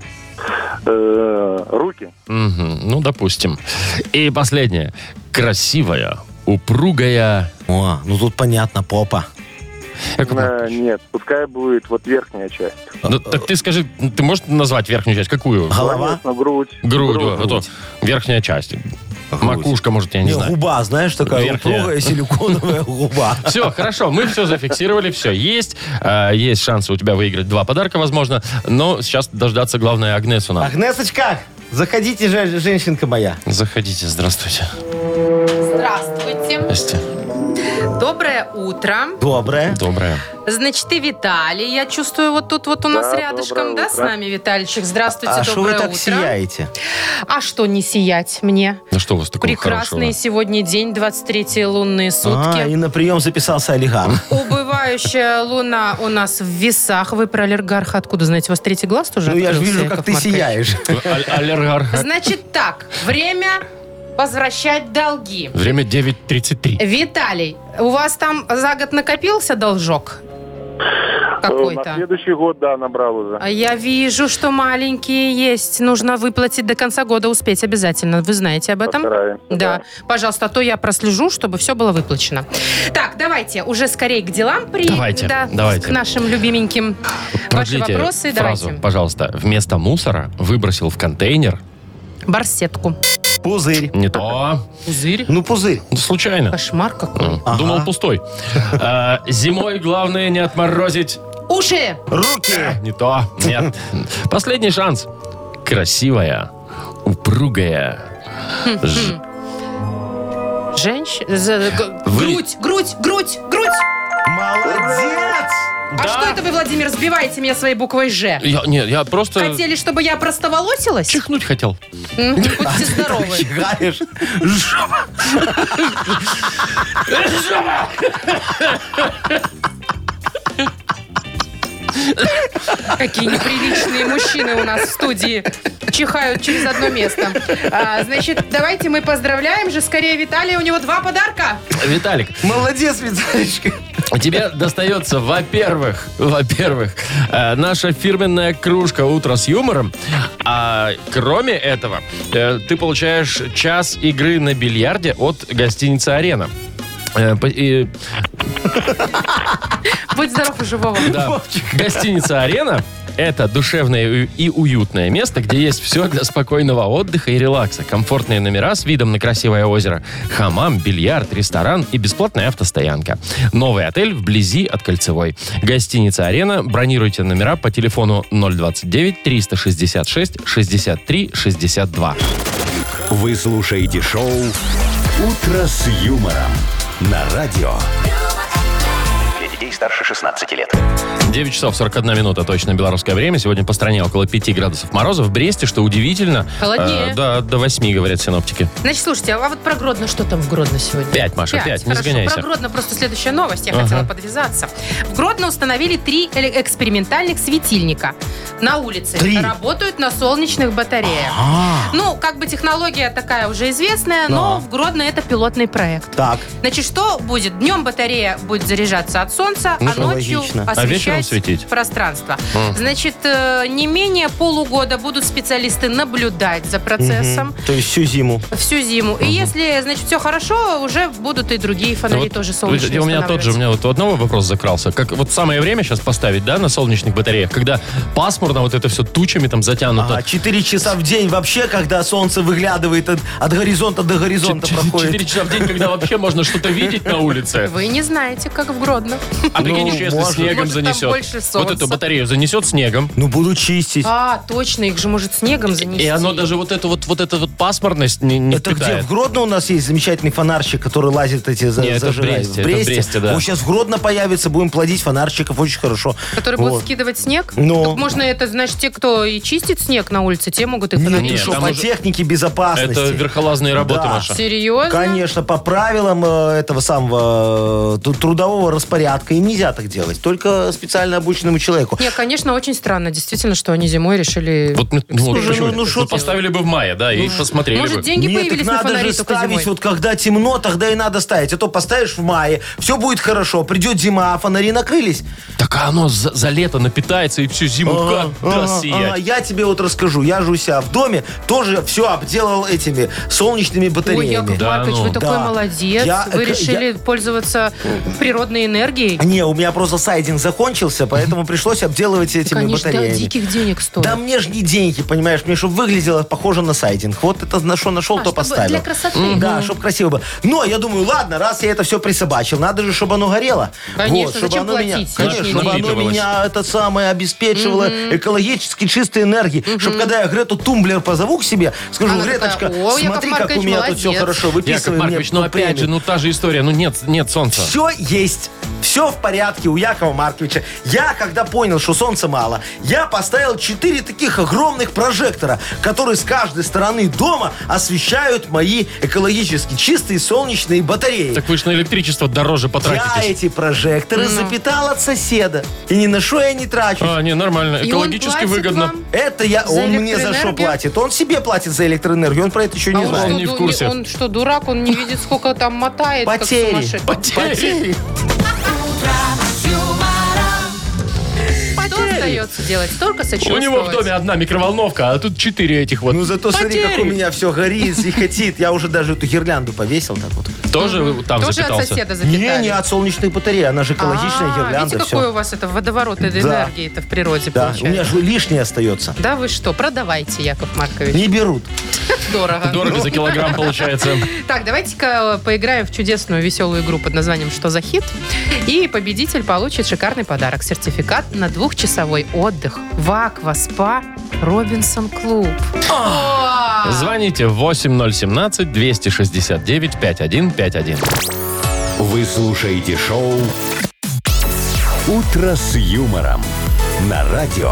Speaker 5: Э, Руки.
Speaker 2: Мгм, ну, допустим. И последнее. Красивая, упругая...
Speaker 4: О, ну тут понятно, попа.
Speaker 2: Яков Маркович,
Speaker 5: Э, Нет, пускай будет вот верхняя часть.
Speaker 2: ну, так ты скажи, ты можешь назвать верхнюю часть? Какую?
Speaker 4: Голова?
Speaker 5: Конечно, грудь.
Speaker 2: Грудь.
Speaker 5: Грудь.
Speaker 2: вот, вот, верхняя часть. Макушка, может, я не
Speaker 4: Не,
Speaker 2: знаю.
Speaker 4: губа, знаешь, такая
Speaker 2: Верхняя.
Speaker 4: упругая силиконовая губа.
Speaker 2: Все, хорошо, мы все зафиксировали, все есть. Э, есть шансы у тебя выиграть два подарка, возможно. Но сейчас дождаться, главное, Агнесу нам.
Speaker 4: Агнесочка, заходите, же- женщинка моя.
Speaker 2: Заходите, здравствуйте.
Speaker 3: Здравствуйте.
Speaker 2: Здрасте.
Speaker 3: Доброе утро.
Speaker 4: Доброе.
Speaker 2: Доброе.
Speaker 3: Значит, и Виталий, я чувствую, вот тут вот у нас
Speaker 5: Да,
Speaker 3: рядышком,
Speaker 5: доброе
Speaker 3: да, с
Speaker 5: утро.
Speaker 3: нами Витальчик. Здравствуйте,
Speaker 4: А что вы
Speaker 3: доброе
Speaker 4: так
Speaker 3: утро.
Speaker 4: сияете?
Speaker 3: А что не сиять мне?
Speaker 2: Ну что у вас такого
Speaker 3: Прекрасный
Speaker 2: хорошего?
Speaker 3: сегодня день, двадцать третьи лунные сутки.
Speaker 4: А, и на прием записался олигарх.
Speaker 3: Убывающая луна у нас в весах. Вы про олигарха откуда знаете? У вас третий глаз тоже
Speaker 4: Ну, я же
Speaker 3: открылся,
Speaker 4: вижу,
Speaker 3: Яков
Speaker 4: как ты
Speaker 3: Маркович?
Speaker 4: сияешь.
Speaker 2: Ал- Аллергарх.
Speaker 3: Значит так, время возвращать долги.
Speaker 2: Время девять тридцать три.
Speaker 3: Виталий, у вас там за год накопился должок
Speaker 5: Э, На
Speaker 3: какой-то?
Speaker 5: следующий год, да, набрал уже.
Speaker 3: А я вижу, что маленькие есть. Нужно выплатить до конца года, успеть обязательно. Вы знаете об этом?
Speaker 5: Постараемся,
Speaker 3: Да.
Speaker 5: да.
Speaker 3: Пожалуйста, а то я прослежу, чтобы все было выплачено. Так, давайте уже скорее к делам при...
Speaker 2: Давайте,
Speaker 3: да,
Speaker 2: давайте.
Speaker 3: к нашим любименьким. Ваши
Speaker 2: Продлите
Speaker 3: вопросы,
Speaker 2: фразу,
Speaker 3: давайте.
Speaker 2: пожалуйста. Вместо мусора выбросил в контейнер.
Speaker 3: Барсетку.
Speaker 4: Пузырь.
Speaker 2: Не то.
Speaker 3: Пузырь.
Speaker 4: Ну, пузырь.
Speaker 2: Ну, случайно.
Speaker 3: Кошмар какой.
Speaker 2: Ну,
Speaker 4: Ага.
Speaker 2: Думал, пустой. А, Зимой главное не отморозить.
Speaker 3: Уши.
Speaker 4: Руки.
Speaker 2: Не то. Нет. Последний шанс. Красивая, упругая. Ж-
Speaker 3: Женщина.
Speaker 2: Вы-
Speaker 3: Грудь, грудь, грудь, грудь.
Speaker 4: Молодец.
Speaker 3: А
Speaker 2: Да.
Speaker 3: что это вы, Владимир, сбиваете меня своей буквой «Ж»?
Speaker 2: Я, нет, я просто
Speaker 3: Хотели, чтобы я простоволосилась?
Speaker 2: чихнуть хотел.
Speaker 3: М, Будьте здоровы.
Speaker 4: Чихаешь. Жопа.
Speaker 3: Какие неприличные мужчины у нас в студии. Чихают через одно место. А, значит, давайте мы поздравляем же скорее Виталия. У него два подарка.
Speaker 2: Виталик,
Speaker 4: Молодец, Виталичка.
Speaker 2: тебе достается, во-первых, во-первых, э, наша фирменная кружка «Утро с юмором». А кроме этого, э, ты получаешь час игры на бильярде от гостиницы «Арена». Э, по- и-
Speaker 3: Будь здоров и живого.
Speaker 2: да. Гостиница «Арена» — это душевное и уютное место, где есть все для спокойного отдыха и релакса. Комфортные номера с видом на красивое озеро, хамам, бильярд, ресторан и бесплатная автостоянка. Новый отель вблизи от Кольцевой. Гостиница «Арена». Бронируйте номера по телефону ноль двадцать девять триста шестьдесят шесть шестьдесят три шестьдесят два.
Speaker 1: Вы слушаете шоу «Утро с юмором» на радио.
Speaker 8: Для детей старше шестнадцати лет.
Speaker 2: девять часов сорок одна минута, точно белорусское время. Сегодня по стране около пяти градусов мороза. В Бресте, что удивительно,
Speaker 3: Холоднее.
Speaker 2: э, да, до восьми, говорят синоптики.
Speaker 3: Значит, слушайте, а вот про Гродно, что там в Гродно сегодня?
Speaker 2: Пять, Маша, пять, не
Speaker 3: Хорошо,
Speaker 2: сгоняйся.
Speaker 3: про Гродно просто следующая новость. Я
Speaker 2: Ага.
Speaker 3: хотела подвязаться. В Гродно установили три эле- экспериментальных светильника на улице.
Speaker 4: Три?
Speaker 3: Работают на солнечных батареях.
Speaker 4: А,
Speaker 3: Ну, как бы технология такая уже известная, но
Speaker 4: Но.
Speaker 3: в Гродно это пилотный проект.
Speaker 4: так.
Speaker 3: Значит, что будет? Днем батарея будет заряжаться от солнца,
Speaker 4: Ну,
Speaker 3: а ночью
Speaker 4: логично.
Speaker 2: А вечером
Speaker 3: освещать
Speaker 2: светить?
Speaker 3: пространство.
Speaker 2: Мгм.
Speaker 3: Значит, э, не менее полугода будут специалисты наблюдать за процессом
Speaker 4: Мгм. То есть всю зиму.
Speaker 3: всю зиму. И если, значит, все хорошо, уже будут и другие фонари
Speaker 2: Вот,
Speaker 3: тоже солнечные
Speaker 2: у меня тот же, у
Speaker 3: устанавливать.
Speaker 2: меня вот у одного вопрос закрался. Как вот самое время сейчас поставить, да, на солнечных батареях, когда пасмурно, вот это все тучами там затянуто.
Speaker 4: А четыре часа в день вообще, когда солнце выглядывает от, от горизонта до горизонта проходит.
Speaker 2: Четыре часа в день, когда вообще можно что-то видеть на улице.
Speaker 3: Вы не знаете, как в Гродно.
Speaker 2: А прикинь, еще если
Speaker 4: может.
Speaker 2: снегом
Speaker 3: Может, там
Speaker 2: занесет.
Speaker 3: больше
Speaker 2: Вот
Speaker 3: солнца.
Speaker 2: эту батарею занесет снегом.
Speaker 4: Ну, буду чистить.
Speaker 3: А, точно, их же может снегом занести.
Speaker 2: И оно даже вот эту вот, вот эту вот пасмурность не, не
Speaker 4: Это где?
Speaker 2: впитает.
Speaker 4: В Гродно у нас есть замечательный фонарщик, который лазит эти за,
Speaker 2: Не, это в
Speaker 4: зажигает.
Speaker 2: Бресте, это в Бресте, да.
Speaker 4: Вот сейчас в Гродно появится, будем плодить фонарщиков, очень хорошо.
Speaker 3: Которые
Speaker 4: Вот.
Speaker 3: будут скидывать снег?
Speaker 4: Ну.
Speaker 3: Так можно это, знаешь, те, кто и чистит снег на улице, те могут их
Speaker 4: Нет,
Speaker 3: фонарить.
Speaker 4: ты
Speaker 2: Нет,
Speaker 4: что,
Speaker 2: там
Speaker 4: по
Speaker 2: уже-
Speaker 4: технике безопасности.
Speaker 2: Это верхолазные работы,
Speaker 4: Да.
Speaker 2: Маша.
Speaker 3: Серьезно?
Speaker 4: Конечно, по правилам э, этого самого э, ту- трудового распорядка им нельзя так делать. Только специально обученному человеку.
Speaker 3: Нет, конечно, очень странно, действительно, что они зимой решили...
Speaker 2: Вот, ну, ну, вот
Speaker 4: Слушай,
Speaker 2: почему?
Speaker 4: ну, ну, шо
Speaker 2: Ну,
Speaker 4: ты-
Speaker 2: поставили бы в мае, да, и посмотрели
Speaker 3: Может,
Speaker 2: бы.
Speaker 3: деньги
Speaker 4: Нет,
Speaker 3: появились
Speaker 4: так
Speaker 3: на
Speaker 4: надо
Speaker 3: фонари
Speaker 4: же
Speaker 3: только
Speaker 4: ставить,
Speaker 3: зимой?
Speaker 4: вот когда темно, тогда и надо ставить. А то поставишь в мае, все будет хорошо, придет зима, а фонари накрылись.
Speaker 2: Так а оно за, за лето напитается и всю зиму как
Speaker 4: Ага,
Speaker 2: даст сиять.
Speaker 4: ага. Я тебе вот расскажу. Я же у себя в доме тоже все обделал этими солнечными
Speaker 3: Ой,
Speaker 4: батареями.
Speaker 3: Яков
Speaker 2: Да,
Speaker 3: Маркович,
Speaker 2: ну.
Speaker 3: вы такой
Speaker 4: Да.
Speaker 3: молодец.
Speaker 4: Я-
Speaker 3: Вы
Speaker 4: э,
Speaker 3: решили пользоваться природной энергией.
Speaker 4: Не, у меня просто сайдинг закончился, поэтому пришлось обделывать этими
Speaker 3: Конечно, да,
Speaker 4: батареями.
Speaker 3: диких денег стоит.
Speaker 4: Да мне же не деньги, понимаешь, мне чтобы выглядело похоже на сайдинг. Вот это на что нашел,
Speaker 3: А,
Speaker 4: то
Speaker 3: чтобы
Speaker 4: поставил.
Speaker 3: для красоты.
Speaker 4: Да, чтобы красиво было. Но я думаю, ладно, раз я это все присобачил, надо же, чтобы оно горело.
Speaker 3: Конечно,
Speaker 4: чтобы
Speaker 3: зачем
Speaker 4: оно меня,
Speaker 3: платить
Speaker 4: конечно,
Speaker 3: лишние
Speaker 4: чтобы оно
Speaker 2: деньги?
Speaker 4: меня это самое обеспечивало экологически чистой энергией. Чтобы когда я Грету Тумблер позову к себе, скажу,
Speaker 3: Она такая:
Speaker 4: Греточка,
Speaker 3: «О, Яков
Speaker 4: смотри, как у
Speaker 3: Маркович,
Speaker 4: меня тут все
Speaker 3: молодец».
Speaker 4: хорошо,
Speaker 2: Яков
Speaker 4: выписывай мне
Speaker 2: Маркович, ну опять же,
Speaker 4: премию.
Speaker 2: ну та же история, ну нет, нет солнца.
Speaker 4: Все есть. Все в порядке у Якова Марковича. Я, когда понял, что солнца мало, я поставил четыре таких огромных прожектора, которые с каждой стороны дома освещают мои экологически чистые солнечные батареи.
Speaker 2: Так вы же на электричество дороже
Speaker 4: Я
Speaker 2: потратитесь.
Speaker 4: эти прожекторы запитал от соседа. И ни на что я не трачусь.
Speaker 2: А, не, нормально,
Speaker 3: И он
Speaker 2: экологически
Speaker 3: платит
Speaker 2: выгодно.
Speaker 3: вам?
Speaker 4: Это я,
Speaker 3: За
Speaker 4: он мне за что
Speaker 3: электроэнергию?
Speaker 4: платит? Он себе платит за электроэнергию, он про это еще
Speaker 3: А
Speaker 4: не
Speaker 3: он,
Speaker 4: знает.
Speaker 3: что,
Speaker 2: Он не в
Speaker 3: ду-
Speaker 2: курсе.
Speaker 3: он что, дурак? Он не видит, сколько там мотает, как
Speaker 4: Потери.
Speaker 3: сумасшедший.
Speaker 4: Потери.
Speaker 3: Что остается делать? Только
Speaker 2: У
Speaker 3: сочувствовать.
Speaker 2: него в доме одна микроволновка, а тут четыре этих вот.
Speaker 4: Ну зато смотри, как
Speaker 2: Потери.
Speaker 4: у меня все горит, зихотит. Я уже даже эту гирлянду повесил так вот.
Speaker 2: Тоже там
Speaker 3: Тоже от
Speaker 2: запитался?
Speaker 3: соседа
Speaker 4: Не,
Speaker 3: запитали?
Speaker 4: не от солнечных батарей, она же экологичная
Speaker 3: А,
Speaker 4: гирлянда.
Speaker 3: видите,
Speaker 4: всё.
Speaker 3: какой у вас это водоворот этой
Speaker 4: Да.
Speaker 3: энергии-то в природе
Speaker 4: Да, у
Speaker 3: получается?
Speaker 4: меня же лишнее остается.
Speaker 3: Да вы что, продавайте, Яков Маркович.
Speaker 4: Не берут.
Speaker 3: Дорого.
Speaker 2: Дорого за килограмм получается.
Speaker 3: Так, давайте-ка поиграем в чудесную веселую игру под названием «Что за хит?». И победитель получит шикарный подарок. Сертификат на двухчасовой отдых в Акваспа Робинсон Клуб. О!
Speaker 2: Звоните восемь ноль семнадцать двести шестьдесят девять пятьдесят один пятьдесят один.
Speaker 1: Вы слушаете шоу «Утро с юмором» на радио.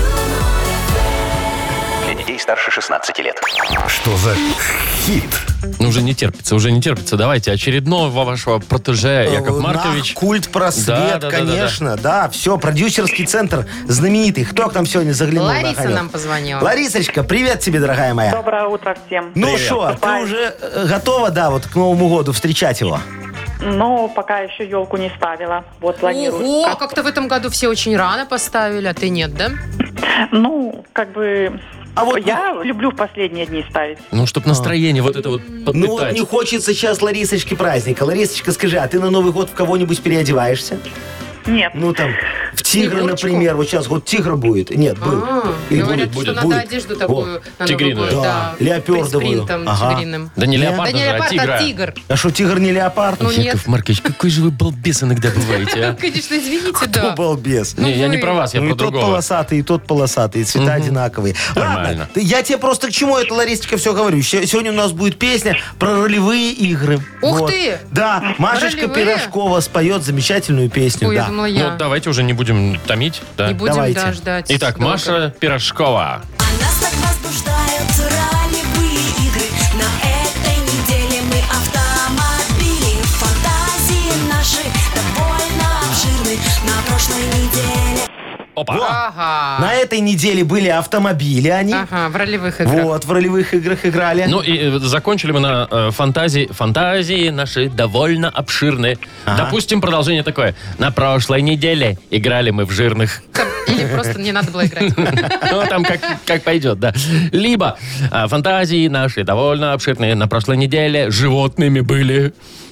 Speaker 8: Для детей старше шестнадцати лет.
Speaker 1: Что за хит?
Speaker 2: Ну, уже не терпится, уже не терпится. Давайте очередного вашего протеже, Яков
Speaker 4: Э,
Speaker 2: Маркович.
Speaker 4: Нах, культ просвет,
Speaker 2: Да, да, да,
Speaker 4: конечно. Да, все, продюсерский центр знаменитый. Кто к нам сегодня заглянул? на
Speaker 3: Лариса
Speaker 4: огонек?
Speaker 3: нам позвонила.
Speaker 4: Ларисочка, привет тебе, дорогая моя.
Speaker 7: Доброе утро всем.
Speaker 4: Ну что, ты
Speaker 7: Бывает.
Speaker 4: уже э, готова, да, вот к Новому году встречать его?
Speaker 7: Но пока еще елку не ставила. Вот планирую.
Speaker 3: Ого,
Speaker 7: Как-
Speaker 3: как-то в этом году все очень рано поставили, а ты нет, да?
Speaker 7: Ну, как бы...
Speaker 4: А вот
Speaker 7: я люблю в последние дни ставить.
Speaker 2: Ну, чтобы настроение вот это вот
Speaker 4: Ну вот
Speaker 2: подпитать.
Speaker 4: не хочется сейчас Ларисочке праздника. Ларисочка, скажи, а ты на Новый год в кого-нибудь переодеваешься?
Speaker 7: Нет.
Speaker 4: Ну там, в тигра,
Speaker 3: Снегурочку?
Speaker 4: например. Вот сейчас вот тигра будет. Нет, был.
Speaker 3: А,
Speaker 4: Или
Speaker 3: говорят,
Speaker 4: будет,
Speaker 3: что
Speaker 4: будет,
Speaker 3: надо
Speaker 4: будет.
Speaker 3: одежду
Speaker 4: Вот.
Speaker 3: такую на Новый
Speaker 2: Тигриную.
Speaker 3: год,
Speaker 4: Да,
Speaker 3: да.
Speaker 4: леопардовую.
Speaker 3: С принтом
Speaker 4: Ага.
Speaker 3: тигриным.
Speaker 2: Да не
Speaker 3: Да
Speaker 2: леопард,
Speaker 3: не
Speaker 2: даже, а
Speaker 3: леопард,
Speaker 2: тигра.
Speaker 3: а тигр.
Speaker 4: А что, тигр не леопард?
Speaker 3: Ну, нет.
Speaker 2: Яков Маркович, какой же вы балбес иногда бываете, а?
Speaker 3: Конечно, извините,
Speaker 4: Кто
Speaker 3: да.
Speaker 4: балбес?
Speaker 2: Не, я не
Speaker 3: вы.
Speaker 2: про вас, я
Speaker 4: Ну и
Speaker 2: про
Speaker 4: тот
Speaker 2: другого.
Speaker 4: полосатый, и тот полосатый, и цвета одинаковые.
Speaker 2: Нормально.
Speaker 4: Ладно, ты- я тебе просто к чему это, Ларисочка, все говорю. Се- Сегодня у нас будет песня про ролевые игры.
Speaker 3: Ух ты!
Speaker 4: Да, Машечка
Speaker 3: Ролевые?
Speaker 4: Пирожкова споет замечательную песню.
Speaker 3: Ой,
Speaker 4: да.
Speaker 3: я думала,
Speaker 2: Ну,
Speaker 3: я.
Speaker 2: давайте уже не будем томить. Да?
Speaker 3: Не будем,
Speaker 4: Давайте.
Speaker 3: да, ждать.
Speaker 2: Итак,
Speaker 3: долго.
Speaker 2: Маша Пирожкова.
Speaker 9: А нас так возбуждают ролевые игры. На этой неделе мы автомобили. Фантазии наши довольно обширны. На прошлой неделе
Speaker 2: Опа.
Speaker 3: Ага.
Speaker 4: На этой неделе были автомобили они.
Speaker 3: Ага, в ролевых играх.
Speaker 4: Вот, в ролевых играх играли.
Speaker 2: Ну и э, закончили мы на э, фантазии. Фантазии наши довольно обширные. Допустим, продолжение такое. На прошлой неделе играли мы в жирных.
Speaker 3: Там- Или просто не надо было играть.
Speaker 2: Ну, там как, как пойдет, да. Либо а, фантазии наши довольно обширные. На прошлой неделе животными были.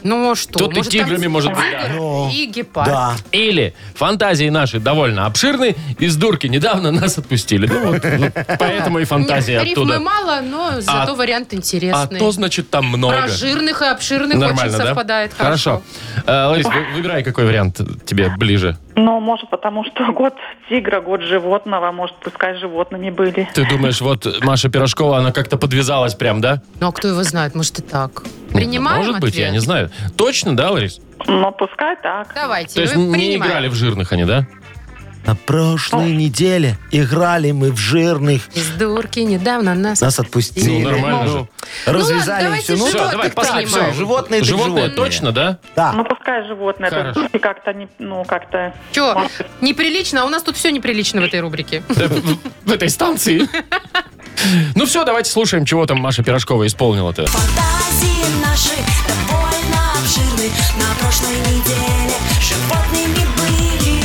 Speaker 3: Ну а что?
Speaker 2: Тут и
Speaker 3: Может, там
Speaker 2: тиграми может быть,
Speaker 3: тигр
Speaker 2: да.
Speaker 4: Ну,
Speaker 3: и гепард.
Speaker 4: Да.
Speaker 2: Или фантазии наши довольно обширны, из дурки недавно нас отпустили. Ну, вот, ну, поэтому и фантазии
Speaker 3: Нет,
Speaker 2: оттуда.
Speaker 3: рифмы мало, но зато
Speaker 2: А-
Speaker 3: вариант
Speaker 2: А
Speaker 3: интересный.
Speaker 2: то, значит, там много.
Speaker 3: Про жирных и обширных
Speaker 2: Нормально,
Speaker 3: очень
Speaker 2: да?
Speaker 3: совпадает.
Speaker 2: Хорошо. Э, Ларис, вы- выбирай, какой вариант тебе ближе.
Speaker 10: Ну, может, потому что год тигра, год животного, может, пускай животными были.
Speaker 2: Ты думаешь, вот Маша Пирожкова, она как-то подвязалась прям, да?
Speaker 3: Ну, а кто его знает? Может, и так. Принимаем
Speaker 2: Может быть,
Speaker 3: ответ?
Speaker 2: я не знаю. Точно, да, Ларис?
Speaker 10: Ну, пускай так.
Speaker 3: Давайте,
Speaker 2: То есть
Speaker 3: мы
Speaker 2: не
Speaker 3: принимаем.
Speaker 2: играли в жирных они, да?
Speaker 4: На прошлой неделе играли мы в жирных.
Speaker 3: Из дурки недавно нас...
Speaker 4: Нас отпустили.
Speaker 2: Ну, нормально же.
Speaker 4: Развязали
Speaker 3: Ну ладно,
Speaker 4: и все. Ну,
Speaker 3: давайте
Speaker 2: Всё, давай,
Speaker 3: животных
Speaker 2: последний.
Speaker 3: принимаем.
Speaker 2: Всё,
Speaker 4: Животные так
Speaker 2: Животные
Speaker 4: животные.
Speaker 2: точно, да?
Speaker 4: Да.
Speaker 10: Ну, пускай животные.
Speaker 2: Хорошо.
Speaker 10: Это как-то, не, ну, как-то...
Speaker 3: Че, неприлично? А у нас тут все неприлично в этой рубрике.
Speaker 2: Э, в- В этой станции. Ну все, давайте слушаем, чего там Маша Пирожкова исполнила-то.
Speaker 9: Фантазии наши довольно обширны. На прошлой неделе животными были.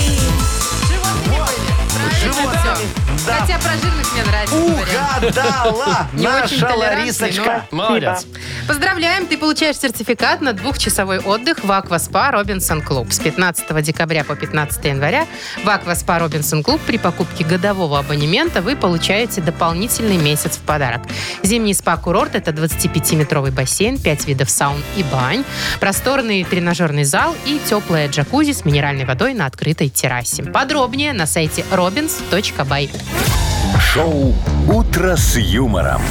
Speaker 3: Всё. Хотя про жирных мне нравится. вариант.
Speaker 4: Угадала
Speaker 3: Не очень
Speaker 4: наша
Speaker 3: толерантный,
Speaker 4: Ларисочка.
Speaker 2: Молодец.
Speaker 3: Поздравляем, ты получаешь сертификат на двухчасовой отдых в Акваспа Робинсон Клуб. С пятнадцатого декабря по пятнадцатое января в Акваспа Робинсон Клуб при покупке годового абонемента вы получаете дополнительный месяц в подарок. Зимний спа-курорт – это двадцатипятиметровый бассейн, пять видов саун и бань, просторный тренажерный зал и теплая джакузи с минеральной водой на открытой террасе. Подробнее на сайте robins точка бай.
Speaker 1: Шоу «Утро с юмором».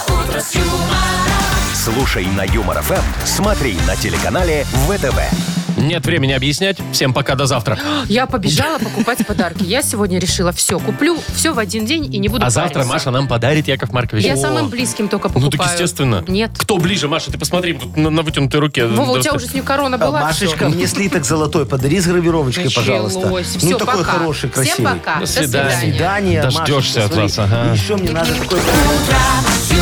Speaker 1: Слушай на Юмор ФМ, смотри на телеканале ВТВ.
Speaker 2: Нет времени объяснять. Всем пока, до завтра.
Speaker 3: Я побежала покупать подарки. Я сегодня решила, все, куплю все в один день и не буду
Speaker 2: А завтра
Speaker 3: париться.
Speaker 2: Маша нам подарит, Яков Маркович.
Speaker 3: Я
Speaker 2: О.
Speaker 3: самым близким только покупаю.
Speaker 2: Ну так естественно.
Speaker 3: Нет.
Speaker 2: Кто ближе, Маша? Ты посмотри, тут на, на вытянутой руке.
Speaker 3: Вова, у
Speaker 2: Да,
Speaker 3: тебя
Speaker 2: что-
Speaker 3: уже с нее корона
Speaker 4: А,
Speaker 3: была.
Speaker 4: Машечка,
Speaker 3: всё.
Speaker 4: мне слиток золотой подари с гравировочкой, пожалуйста.
Speaker 3: Началось.
Speaker 4: Ну,
Speaker 3: Все,
Speaker 4: такой
Speaker 3: пока.
Speaker 4: хороший, красивый.
Speaker 3: Всем пока.
Speaker 2: До свидания.
Speaker 4: Свидание,
Speaker 2: Дождешься
Speaker 4: Машечка,
Speaker 2: от вас,
Speaker 4: смотри.
Speaker 2: ага.
Speaker 4: Еще мне надо такой...
Speaker 9: Утро